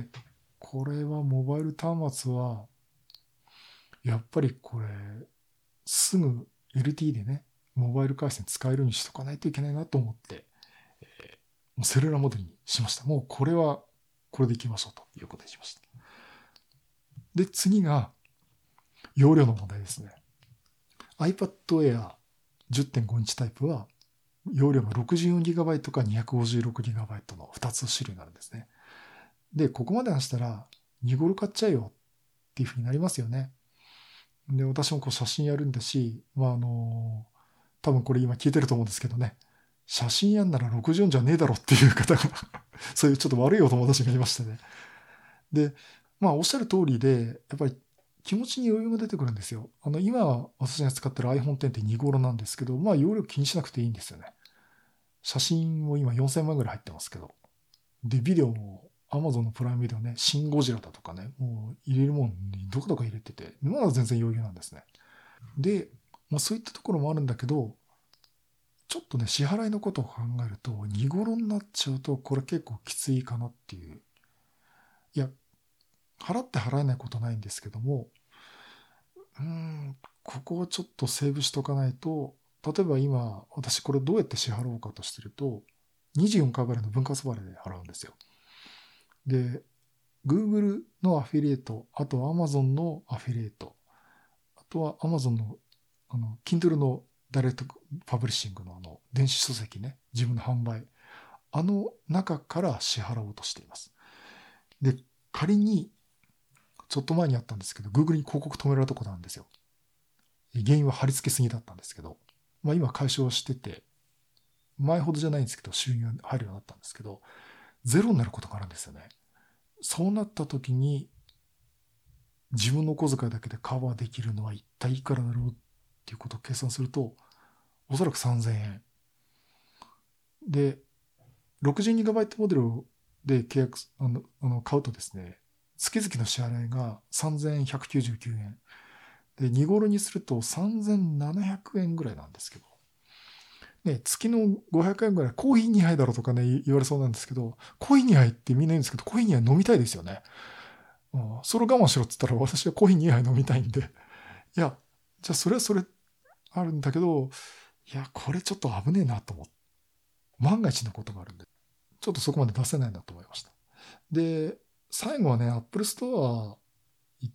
これはモバイル端末は、やっぱりこれ、すぐ エルティー でね、モバイル回線使えるようにしとかないといけないなと思って、えー、もうセルラーモデルにしました。もうこれは、これでいきましょうということにしました。で、次が、容量の問題ですね。iPad Air じゅってんご インチタイプは、容量が ろくじゅうよんギガバイト か にひゃくごじゅうろくギガバイト のふたつ種類があるんですね。で、ここまで話したら、にごろ買っちゃえよっていうふうになりますよね。で、私もこう写真やるんだし、まあ、あの、多分これ今聞いてると思うんですけどね、写真やんならろくじゅうよんじゃねえだろっていう方がそういうちょっと悪いお友達がいましてね。で、まあおっしゃる通りで、やっぱり気持ちに余裕が出てくるんですよ。あの、今私が使ってる iPhone X ってにごろなんですけど、まあ容量気にしなくていいんですよね。写真も今よんせんまいぐらい入ってますけど。で、ビデオも Amazon のプライムビデオね、シン・ゴジラだとかね、もう入れるもんにどこどこ入れてて、まだ全然余裕なんですね。で、まあそういったところもあるんだけど、ちょっとね、支払いのことを考えると、にごろになっちゃうと、これ結構きついかなっていう。いや、払って払えないことないんですけども、うーん、ここをちょっとセーブしとかないと、例えば今、私これどうやって支払おうかとしてると、にじゅうよんかい払いの分割払いで払うんですよ。で、Google のアフィリエイト、あと Amazon のアフィリエイト、あとは Amazon の、あの、Kindle のダイレクトパブリッシングのあの、電子書籍ね、自分の販売、あの中から支払おうとしています。で、仮に、ちょっと前にあったんですけど、Google に広告止められたことなんですよ。原因は貼り付けすぎだったんですけど、まあ今解消してて、前ほどじゃないんですけど、収入が入るようになったんですけど、ゼロになることがあるんですよね。そうなった時に、自分のお小遣いだけでカバーできるのは一体いくらだろうっていうことを計算すると、おそらくさんぜんえん。で、ろくじゅうギガバイト モデルで契約、あの、あの買うとですね、月々の支払いがさんぜんひゃくきゅうじゅうきゅうえん。で、にごろにするとさんぜんななひゃくえんぐらいなんですけど、ね、月のごひゃくえんぐらい、コーヒーにはいだろうとかね、言われそうなんですけど、コーヒーにはいってみんな言うんですけど、コーヒーにはい飲みたいですよね。うん、それを我慢しろって言ったら、私はコーヒーにはい飲みたいんで、いや、じゃあそれはそれあるんだけど、いや、これちょっと危ねえなと思って、万が一のことがあるんで、ちょっとそこまで出せないなと思いました。で、最後はね、Apple Store 行って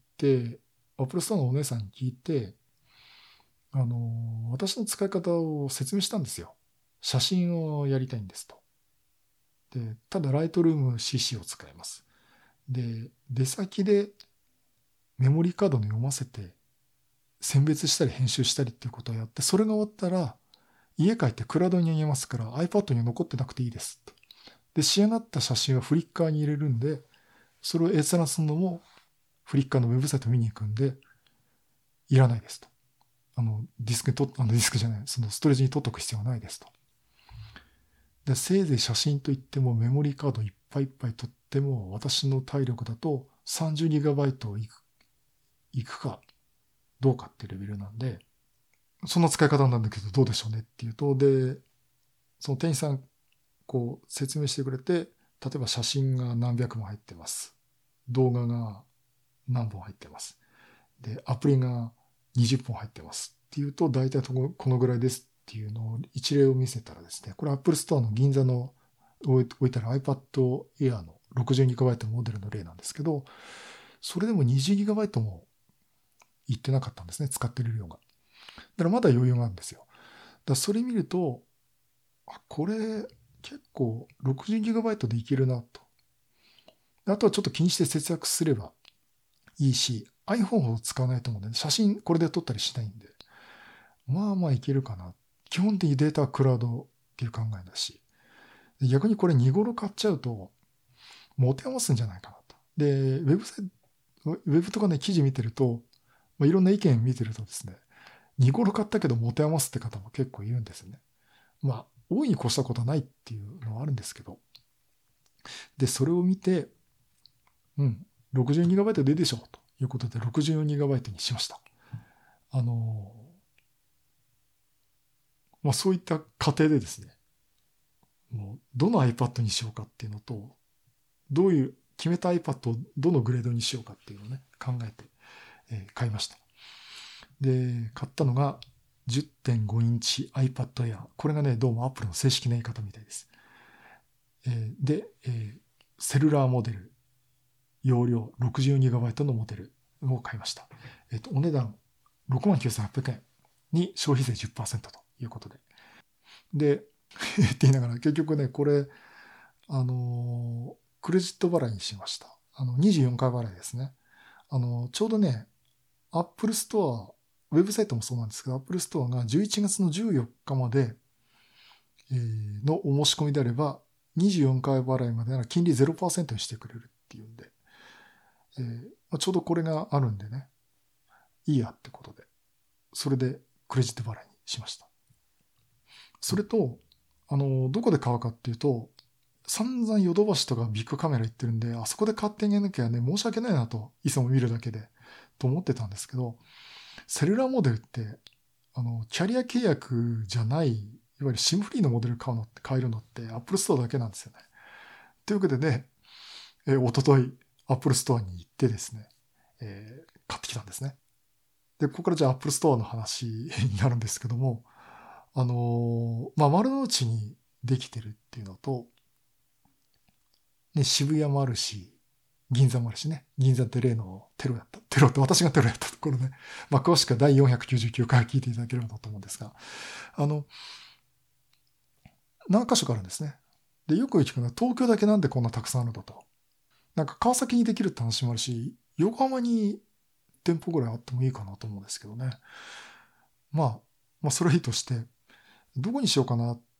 、Apple Store のお姉さんに聞いて、あの、私の使い方を説明したんですよ。写真をやりたいんですと。で、ただ Lightroom シーシー を使います。で、出先でメモリーカードに読ませて選別したり編集したりっていうことをやって、それが終わったら家帰ってクラウドに入れますから iPad に残ってなくていいですと。で、仕上がった写真はフリッカーに入れるんで、それを閲覧するのもフリッカーのウェブサイト見に行くんで、いらないですと。あの、ディスクにと、あのディスクじゃない、そのストレージに取っとく必要はないですと。で、せいぜい写真といってもメモリーカードいっぱいいっぱい取っても、私の体力だと さんじゅうギガバイト いく、いくかどうかっていうレベルなんで、そんな使い方なんだけどどうでしょうねっていうと、で、その店員さん、こう説明してくれて、例えば写真が何百も入ってます。動画が何本入ってます。で、アプリがにじゅっぽん入ってますっていうと、大体このぐらいですっていうのを一例を見せたらですね、これ Apple Store の銀座の置いたら iPad Air の ろくじゅうギガバイト のモデルの例なんですけど、それでも にじゅうギガバイト もいってなかったんですね、使ってる量が。だからまだ余裕があるんですよ。だからそれ見ると、あ、これ結構 ろくじゅうギガバイト でいけるなと。あとはちょっと気にして節約すればいいし、iPhone ほど使わないと思うんで、写真これで撮ったりしないんで、まあまあいけるかな。基本的にデータはクラウドっていう考えだし、逆にこれにごろ買っちゃうと、持て余すんじゃないかなと。で、ウェブサイト、ウェブとかね、記事見てると、まあ、いろんな意見見てるとですね、 見頃買ったけど持て余すって方も結構いるんですよね。まあ、大いに越したことはないっていうのはあるんですけど。で、それを見て、うん、ろくじゅうにギガバイト でいいでしょうということで ろくじゅうよんギガバイト にしました。あのー、まあそういった過程でですね、もうどの iPad にしようかっていうのと、どういう決めた iPad をどのグレードにしようかっていうのをね、考えて、えー買いました。で、買ったのが じゅってんご インチ iPad Air。これがね、どうも Apple の正式な言い方みたいです。えー、で、えー、セルラーモデル、容量 ろくじゅうよんギガバイト のモデルを買いました。えっと、お値段 ろくまんきゅうせんはっぴゃくえんに消費税 じゅっパーセント ということで。で、って言いながら結局ね、これ、あのー、クレジット払いにしました。あの、にじゅうよんかい払いですね。あの、ちょうどね、Apple Store、ウェブサイトもそうなんですけど、Apple Store がじゅういちがつのじゅうよっかまで、えー、のお申し込みであれば、にじゅうよんかい払いまでなら金利 ゼロパーセント にしてくれるっていうんで、えーまあ、ちょうどこれがあるんでね、いいやってことで、それでクレジット払いにしました。それと、あの、どこで買うかっていうと、散々ヨドバシとかビッグカメラ行ってるんで、あそこで買ってあげなきゃね、申し訳ないなと、いつも見るだけで、と思ってたんですけど、セルラーモデルって、あの、キャリア契約じゃない、いわゆるシムフリーのモデル買うのって、買えるのって Apple Store だけなんですよね。というわけでね、えー、おととい Apple Store に行ってですね、えー、買ってきたんですね。で、ここからじゃあ Apple Store の話になるんですけども、あのー、まあ、丸の内にできてるっていうのと、ね、渋谷もあるし、銀座もあるしね。銀座って例のテロやった。テロって私がテロやったところね。まあ、詳しくはだいよんひゃくきゅうじゅうきゅうかい聞いていただければと思うんですが、あの、何箇所かあるんですね。で、よく聞くのは東京だけなんでこんなたくさんあるんだと。なんか川崎にできるって話もあるし、横浜に店舗ぐらいあってもいいかなと思うんですけどね。まあ、まあ、それはいいとして、どこにしようかなって、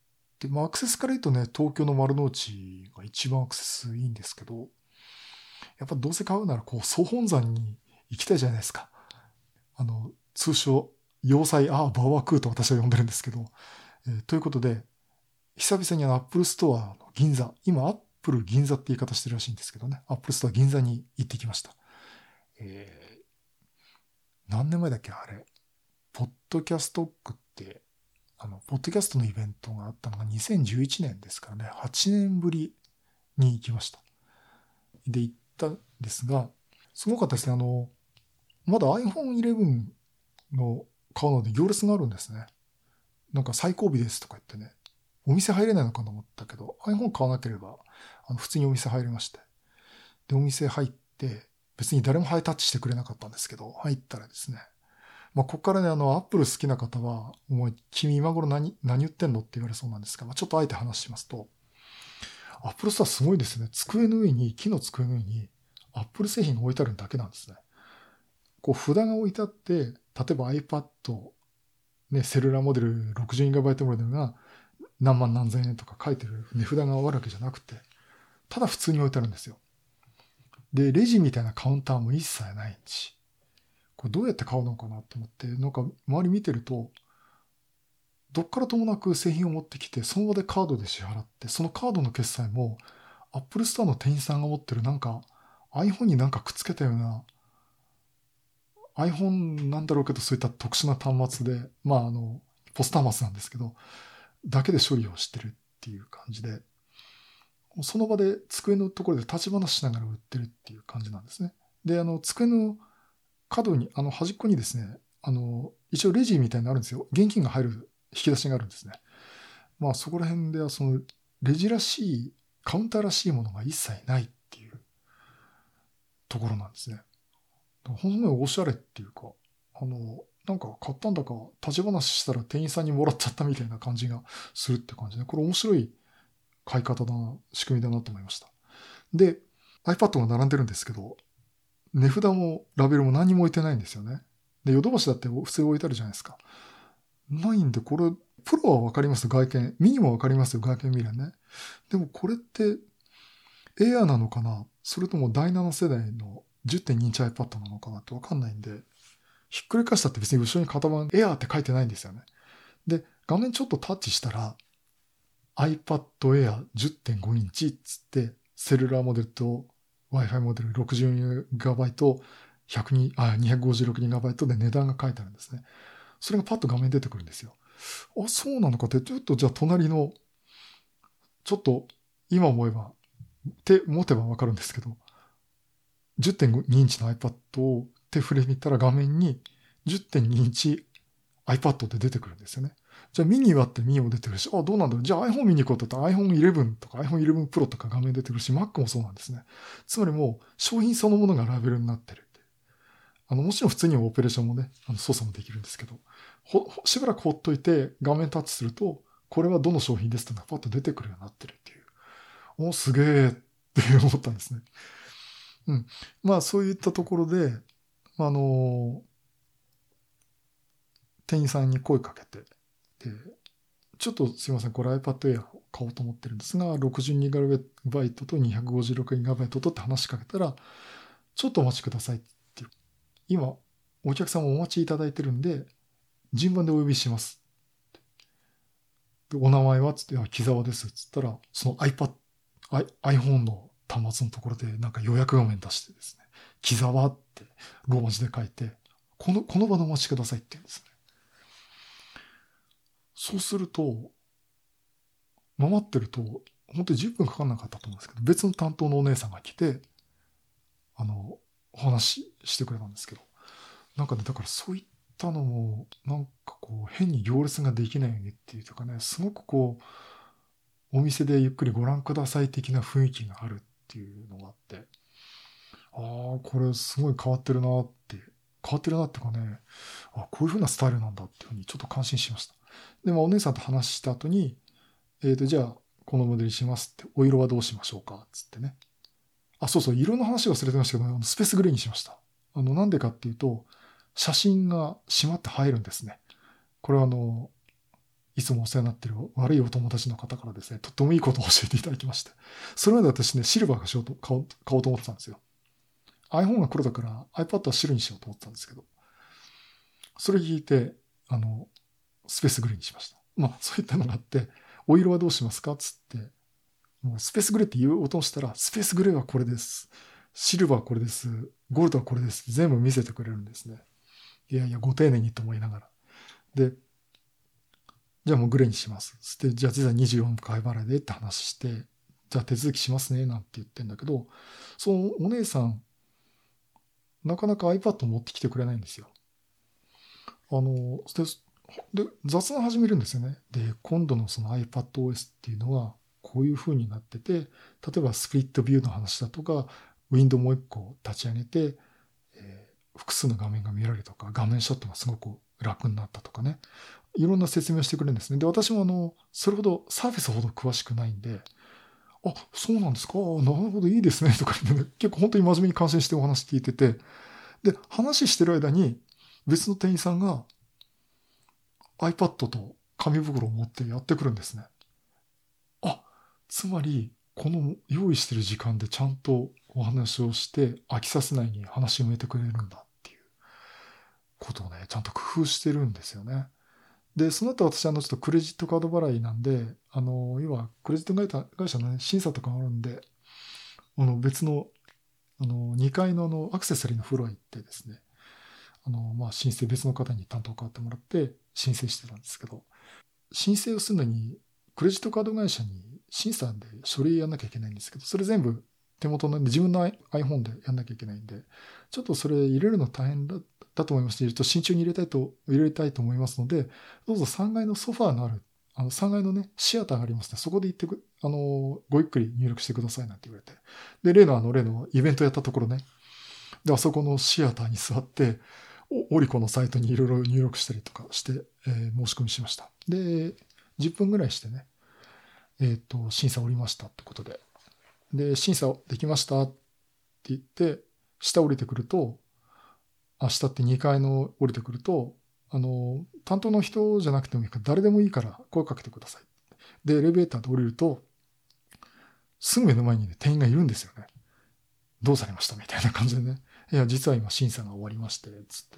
まあ、アクセスから言うとね、東京の丸の内が一番アクセスいいんですけど、やっぱどうせ買うならこう総本山に行きたいじゃないですか。あの通称要塞あーバーワクーと私は呼んでるんですけど、えー、ということで久々にあのアップルストアの銀座、今アップル銀座って言い方してるらしいんですけどね、アップルストア銀座に行ってきました。えー、何年前だっけあれ、ポッドキャストックってあのポッドキャストのイベントがあったのがにせんじゅういちねんですからね、はちねんぶりに行きました。で行ったんですが、すごかったですね。あのまだ アイフォンイレブン の買うので行列があるんですね。なんか最後尾ですとか言ってね、お店入れないのかと思ったけど、iPhone 買わなければ、あの普通にお店入れまして。で、お店入って、別に誰もハイタッチしてくれなかったんですけど、入ったらですね、まあ、ここからね、あの、Apple 好きな方は、もう、君今頃何、何言ってんのって言われそうなんですが、まあ、ちょっとあえて話しますと、Apple Store すごいですね。机の上に、木の机の上に、Apple 製品が置いてあるだけなんですね。こう、札が置いてあって、例えば iPad、ね、セルラーモデル ろくじゅうギガバイト モデルが何万何千円とか書いてる値札があるわけじゃなくて、ただ普通に置いてあるんですよ。で、レジみたいなカウンターも一切ないし、これどうやって買うのかなと思って、なんか周り見てると、どっからともなく製品を持ってきて、その場でカードで支払って、そのカードの決済も、Apple Store の店員さんが持ってるなんか iPhone になんかくっつけたような、iPhone なんだろうけどそういった特殊な端末で、まああの、ポス端末なんですけど、だけで処理をしてるっていう感じで、その場で机のところで立ち話しながら売ってるっていう感じなんですね。で、あの、机の角に、あの、端っこにですね、あの、一応レジみたいになのあるんですよ。現金が入る引き出しがあるんですね。まあ、そこら辺では、その、レジらしい、カウンターらしいものが一切ないっていうところなんですね。本当におしゃれっていうか、あの、なんか買ったんだか、立ち話したら店員さんにもらっちゃったみたいな感じがするって感じで、これ面白い買い方だな、仕組みだなと思いました。で、iPad が並んでるんですけど、値札もラベルも何にも置いてないんですよね。で、ヨドバシだって普通置いてあるじゃないですか。ないんで、これ、プロはわかります外見。ミニもわかりますよ、外見見れね。でもこれって、エアなのかなそれともだいなな世代の じゅってんに インチ iPad なのかなってわかんないんで、 ひっくり返したって別に後ろに型番エアーって書いてないんですよね。で、画面ちょっとタッチしたら iPad Air じゅってんご インチっつって、セルラーモデルと Wi-Fi モデル ろくじゅうよんギガバイト、ひゃくにあ にひゃくごじゅうろくギガバイト で値段が書いてあるんですね。それがパッと画面に出てくるんですよ。あ、そうなのかって、ちょっとじゃあ隣の、ちょっと今思えば、手持てばわかるんですけど、じゅってんご インチの iPad を手触れ見たら画面に じゅってんに インチ iPad で出てくるんですよね。じゃあミニはってミニも出てくるし、あ、どうなんだろう。じゃあ iPhone 見に行こうと言ったら アイフォンイレブン とか アイフォンイレブン Pro とか画面出てくるし、Mac もそうなんですね。つまりもう商品そのものがラベルになってる。あの、もちろん普通にはオペレーションもね、あの操作もできるんですけど、ほ、しばらくほっといて画面タッチすると、これはどの商品ですってのがパッと出てくるようになってるっていう。お、すげえって思ったんですね。うん。まあそういったところで、あの、店員さんに声かけて、で、ちょっとすいません、これ iPad Air を買おうと思ってるんですが、ろくじゅうにギガバイト と にひゃくごじゅうろくギガバイト とって話しかけたら、ちょっとお待ちくださいっていう。今、お客様お待ちいただいてるんで、順番でお呼びします。でお名前はつって、あ、木沢です。つったら、その iPad、iPhone の端末のところでなんか予約画面出してですね、木沢ってローマ字で書いて、この、この場でお待ちくださいって言うんですね。そうすると、回ってると、本当にじゅっぷんかかんなかったと思うんですけど、別の担当のお姉さんが来て、あの、お話ししてくれたんですけど、なんかね、だからそういったのも、なんかこう、変に行列ができないようにっていうかね、すごくこう、お店でゆっくりご覧ください的な雰囲気があるっていうのがあって、ああ、これすごい変わってるなって、変わってるなっていうかね、あ、こういう風なスタイルなんだっていうふうにちょっと感心しました。で、まあお姉さんと話した後に、えっと、じゃあ、このモデルにしますって、お色はどうしましょうかつってね。あ、そうそう、色の話忘れてましたけど、スペースグレーにしました。あの、なんでかっていうと、写真がしまって入るんですね。これはあの、いつもお世話になっている悪いお友達の方からですね、とってもいいことを教えていただきまして。それまで私ね、シルバーがしようと買おう、買おうと思ってたんですよ。iPhone が黒だから iPad は白にしようと思ってたんですけど、それ聞いて、あの、スペースグレーにしました。まあ、そういったのがあって、お色はどうしますかつって、もうスペースグレーって言おうとしたら、スペースグレーはこれです。シルバーはこれです。ゴールドはこれです。全部見せてくれるんですね。いやいや、ご丁寧にと思いながら。で、じゃあもうグレーにします。つって、じゃあ実はにじゅうよん買い払いでって話して、じゃあ手続きしますね、なんて言ってんだけど、そのお姉さん、なかなか iPad 持ってきてくれないんですよ。あの、で、で雑談始めるんですよね。で、今度のその iPadOS っていうのは、こういう風になってて、例えばスプリットビューの話だとか、ウィンドウもう一個立ち上げて、えー、複数の画面が見られるとか、画面ショットがすごく楽になったとかね。いろんな説明をしてくれるんですね。で、私もあの、それほど、サーフェスほど詳しくないんで、あ、そうなんですか。なるほど、いいですね。とか言って、ね、結構本当に真面目に感心してお話聞いてて、で、話してる間に、別の店員さんが iPad と紙袋を持ってやってくるんですね。あ、つまり、この用意してる時間でちゃんとお話をして飽きさせないように話を埋めてくれるんだっていうことをね、ちゃんと工夫してるんですよね。で、その後私、あの、ちょっとクレジットカード払いなんで、あの、要は、クレジット会社のね、審査とかあるんで、あの、別の、あの、にかいのあの、アクセサリーのフロア行ってですね、あの、まあ、申請、別の方に担当変わってもらって、申請してたんですけど、申請をするのに、クレジットカード会社に審査で書類やんなきゃいけないんですけど、それ全部手元の自分の iPhone でやんなきゃいけないんで、ちょっとそれ入れるの大変だだと思いますし、慎重に入れたいと、入れたいと思いますので、どうぞさんがいのソファーのある、あのさんがいのね、シアターがありますね。そこで行ってく、あの、ごゆっくり入力してくださいなんて言われて。で、例のあの、例のイベントやったところね。で、あそこのシアターに座って、オリコのサイトにいろいろ入力したりとかして、えー、申し込みしました。で、じゅっぷんぐらいしてね、えっと、審査降りましたってことで。で、審査できましたって言って、下降りてくると、明日ってにかいの降りてくると、あの、担当の人じゃなくてもいいから、誰でもいいから声かけてください。で、エレベーターで降りると、すぐ目の前にね、店員がいるんですよね。どうされましたみたいな感じでね。いや、実は今審査が終わりまして、つって。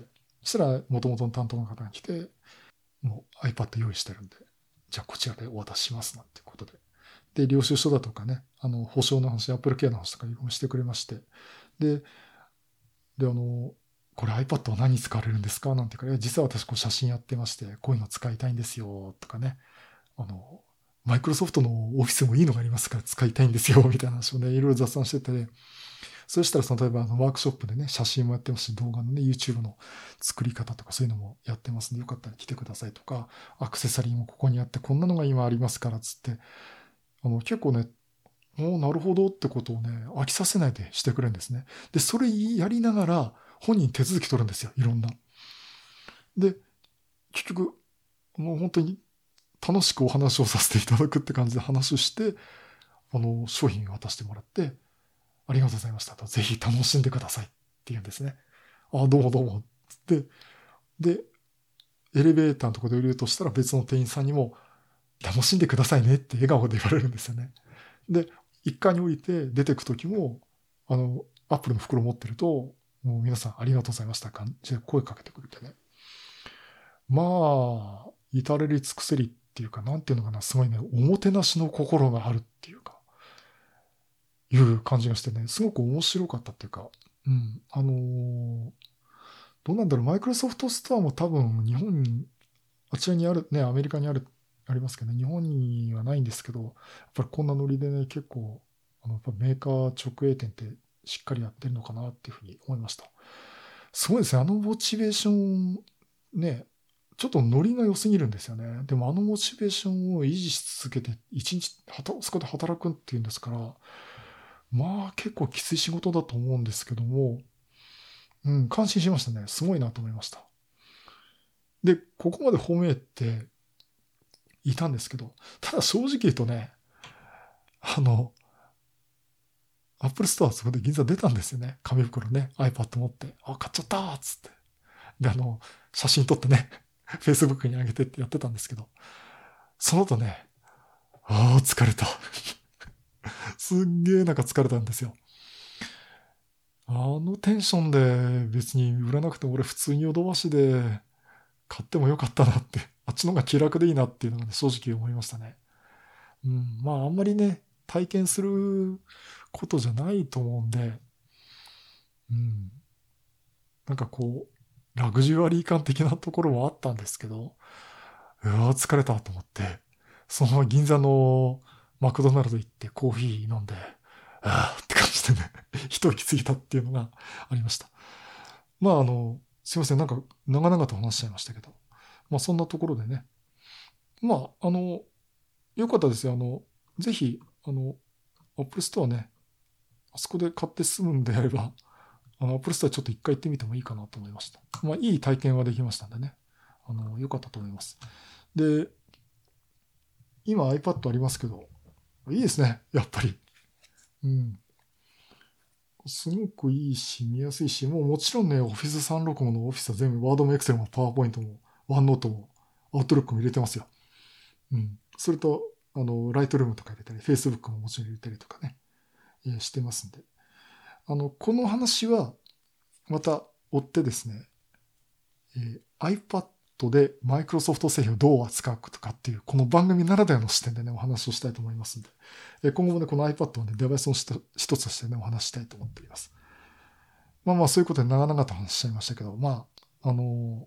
そしたら元々の担当の方が来て、もう iPad 用意してるんで、じゃあこちらでお渡ししますなんてことで。で、領収書だとかね、あの、保証の話、Apple Care の話とかいろいろしてくれまして。で、で、あの、これ iPad は何に使われるんですかなんて言うから、実は私こう写真やってまして、こういうの使いたいんですよ、とかね。あの、マイクロソフトのオフィスもいいのがありますから使いたいんですよ、みたいな話をね、いろいろ雑談してて、そしたらその、例えばあのワークショップでね、写真もやってますし、動画のね、YouTube の作り方とかそういうのもやってますんで、よかったら来てくださいとか、アクセサリーもここにあって、こんなのが今ありますから、つって、あの、結構ね、もうなるほどってことをね、飽きさせないでしてくれるんですね。で、それやりながら、本人手続き取るんですよ、いろんな。で、結局、もう本当に楽しくお話をさせていただくって感じで話をして、あの、商品を渡してもらって、ありがとうございましたと、ぜひ楽しんでくださいって言うんですね。あ、どうもどうも。で、で、エレベーターのところで降りるとしたら別の店員さんにも、楽しんでくださいねって笑顔で言われるんですよね。で、一階に降りて出てくときも、あの、アップルの袋持ってると、もう皆さんありがとうございました感じで声かけてくれてね。まあ、至れり尽くせりっていうか、なんていうのかな、すごいね、おもてなしの心があるっていうか、いう感じがしてね、すごく面白かったっていうか、うん、あのーどうなんだろう、マイクロソフトストアも多分日本に、あちらにある、ね、アメリカにある、ありますけど、ね、日本にはないんですけど、やっぱりこんなノリでね、結構、あの、やっぱメーカー直営店ってしっかりやってるのかなっていうふうに思いました。すごいですね、あのモチベーション、ね、ちょっとノリが良すぎるんですよね。でもあのモチベーションを維持し続けて、一日、そこで働くっていうんですから、まあ結構きつい仕事だと思うんですけども、うん、感心しましたね。すごいなと思いました。で、ここまで褒めていたんですけど、ただ正直言うとね、あの、アップルストアそこで銀座出たんですよね。紙袋ね、iPad 持って。あ、買っちゃったーっつって。で、あの、写真撮ってね、Facebook に上げてってやってたんですけど、その後ね、ああ、疲れた。すっげえなんか疲れたんですよ。あのテンションで別に売らなくても俺普通にヨドバシで買ってもよかったなって、あっちの方が気楽でいいなっていうのがね、正直思いましたね。うん、まああんまりね、体験することじゃないと思うんで、うん、なんかこう、ラグジュアリー感的なところもあったんですけど、うわー疲れたと思って、そのまま銀座のマクドナルド行ってコーヒー飲んで、あーって感じでね、一息ついたっていうのがありました。まああの、すいません、なんか長々と話しちゃいましたけど、まあそんなところでね、まああの、よかったですよ。あの、ぜひ、あの、アップルストアね、あそこで買って済むんであれば、あの、アップルストアちょっと一回行ってみてもいいかなと思いました。まあ、いい体験はできましたんでね。あの、良かったと思います。で、今 iPad ありますけど、いいですね、やっぱり。うん。すごくいいし、見やすいし、もうもちろんね、オフィスさんろくごのオフィスは全部、ワードもエクセルもパワーポイントも、ワンノートも、アウトロックも入れてますよ。うん。それと、あの、ライトルームとか入れたり、Facebook ももちろん入れたりとかね、えーしてますんで。あの、この話は、また追ってですね、えー、iPad で Microsoft 製品をどう扱うかっていう、この番組ならではの視点でね、お話をしたいと思いますので、えー、今後もね、この iPad をね、デバイスの一つとしてね、お話したいと思っております。まあまあ、そういうことで長々と話しちゃいましたけど、まあ、あのー、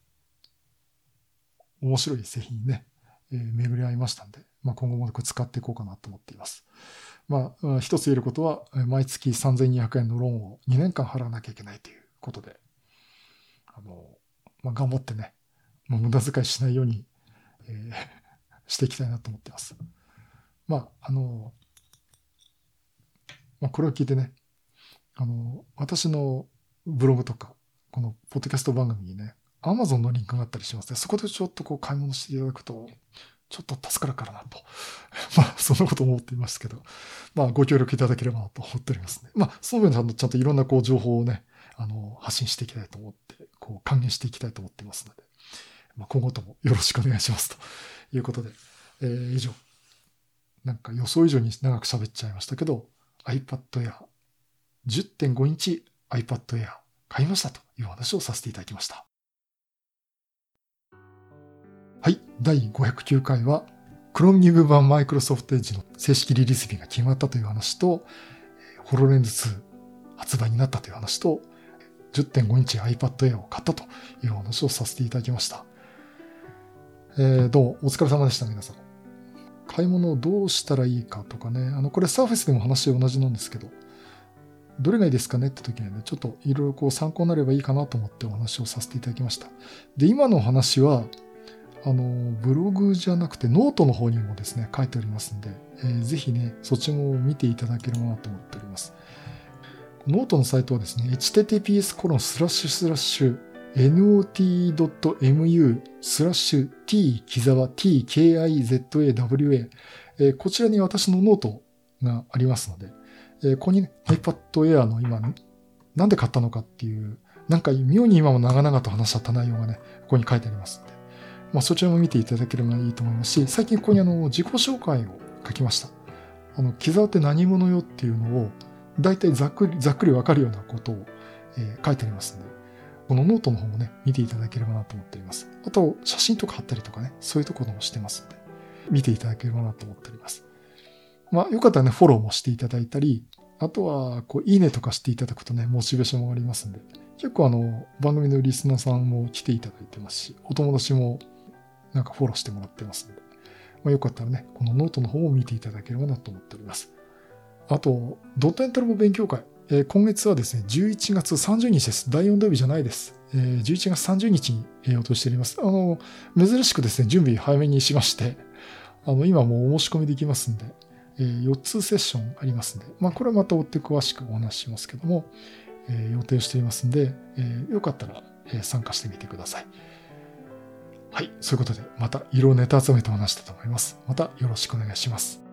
面白い製品にね、えー、巡り合いましたんで、まあ今後もこれ使っていこうかなと思っています。まあ、一つ言えることは、毎月さんぜんにひゃくえんのローンをにねんかん払わなきゃいけないということで、あの、まあ、頑張ってね、もう無駄遣いしないように、えー、していきたいなと思っています。まあ、あの、まあ、これを聞いてね、あの、私のブログとか、このポッドキャスト番組にね、Amazon のリンクがあったりしますね。そこでちょっとこう買い物していただくと、ちょっと助かるからなと。まあ、そんなこと思っていますけど、まあ、ご協力いただければなと思っておりますね。まあ、その上でちゃんといろんなこう情報をね、あの、発信していきたいと思って、こう、還元していきたいと思っていますので、まあ、今後ともよろしくお願いしますということで、えー、以上、なんか予想以上に長く喋っちゃいましたけど、iPad Air、じゅってんごインチ iPad Air 買いましたという話をさせていただきました。 はい、だいごひゃくきゅうかいは、Chrome 版 Microsoft Edge の正式リリース日が決まったという話と、HoloLens ツー発売になったという話と、じゅってんごインチ iPad Air を買ったという話をさせていただきました。えー、どうもお疲れ様でした、皆さん。買い物をどうしたらいいかとかね、あの、これ Surface でも話同じなんですけど、どれがいいですかねって時にね、ちょっといろいろこう参考になればいいかなと思ってお話をさせていただきました。で、今のお話は、あの、ブログじゃなくてノートの方にもですね、書いておりますんで、えー、ぜひね、そっちも見ていただければなと思っております。ノートのサイトはですね、エイチティーティーピーエスコロンスラッシュスラッシュノーティードットエムユースラッシュ t 木沢 t kizawa えー、こちらに私のノートがありますので、えー、ここにね、iPad Air の今、なんで買ったのかっていう、なんか妙に今も長々と話しちゃった内容がね、ここに書いてありますので、まあそちらも見ていただければいいと思いますし、最近ここにあの、自己紹介を書きました。あの、木沢って何者よっていうのを、だいたいざっくり、ざっくりわかるようなことを、えー、書いてありますので、このノートの方もね、見ていただければなと思っております。あと、写真とか貼ったりとかね、そういうところもしてますので、見ていただければなと思っております。まあ、よかったらね、フォローもしていただいたり、あとは、こう、いいねとかしていただくとね、モチベーションもありますんで、結構あの、番組のリスナーさんも来ていただいてますし、お友達もなんかフォローしてもらってますんで、まあ、よかったらね、このノートの方も見ていただければなと思っております。あと、ドットエントラボ勉強会。えー、今月はですね、じゅういちがつさんじゅうにちです。だいよん土曜日じゃないです。えー、じゅういちがつさんじゅうにちに予定しております。あの、珍しくですね、準備早めにしまして、あの、今もうお申し込みできますんで、えー、よっつセッションありますんで、まあ、これはまた追って詳しくお話ししますけども、えー、予定していますんで、えー、よかったら、えー、参加してみてください。はい、そういうことで、また色ネタ集めてお話したと思います。またよろしくお願いします。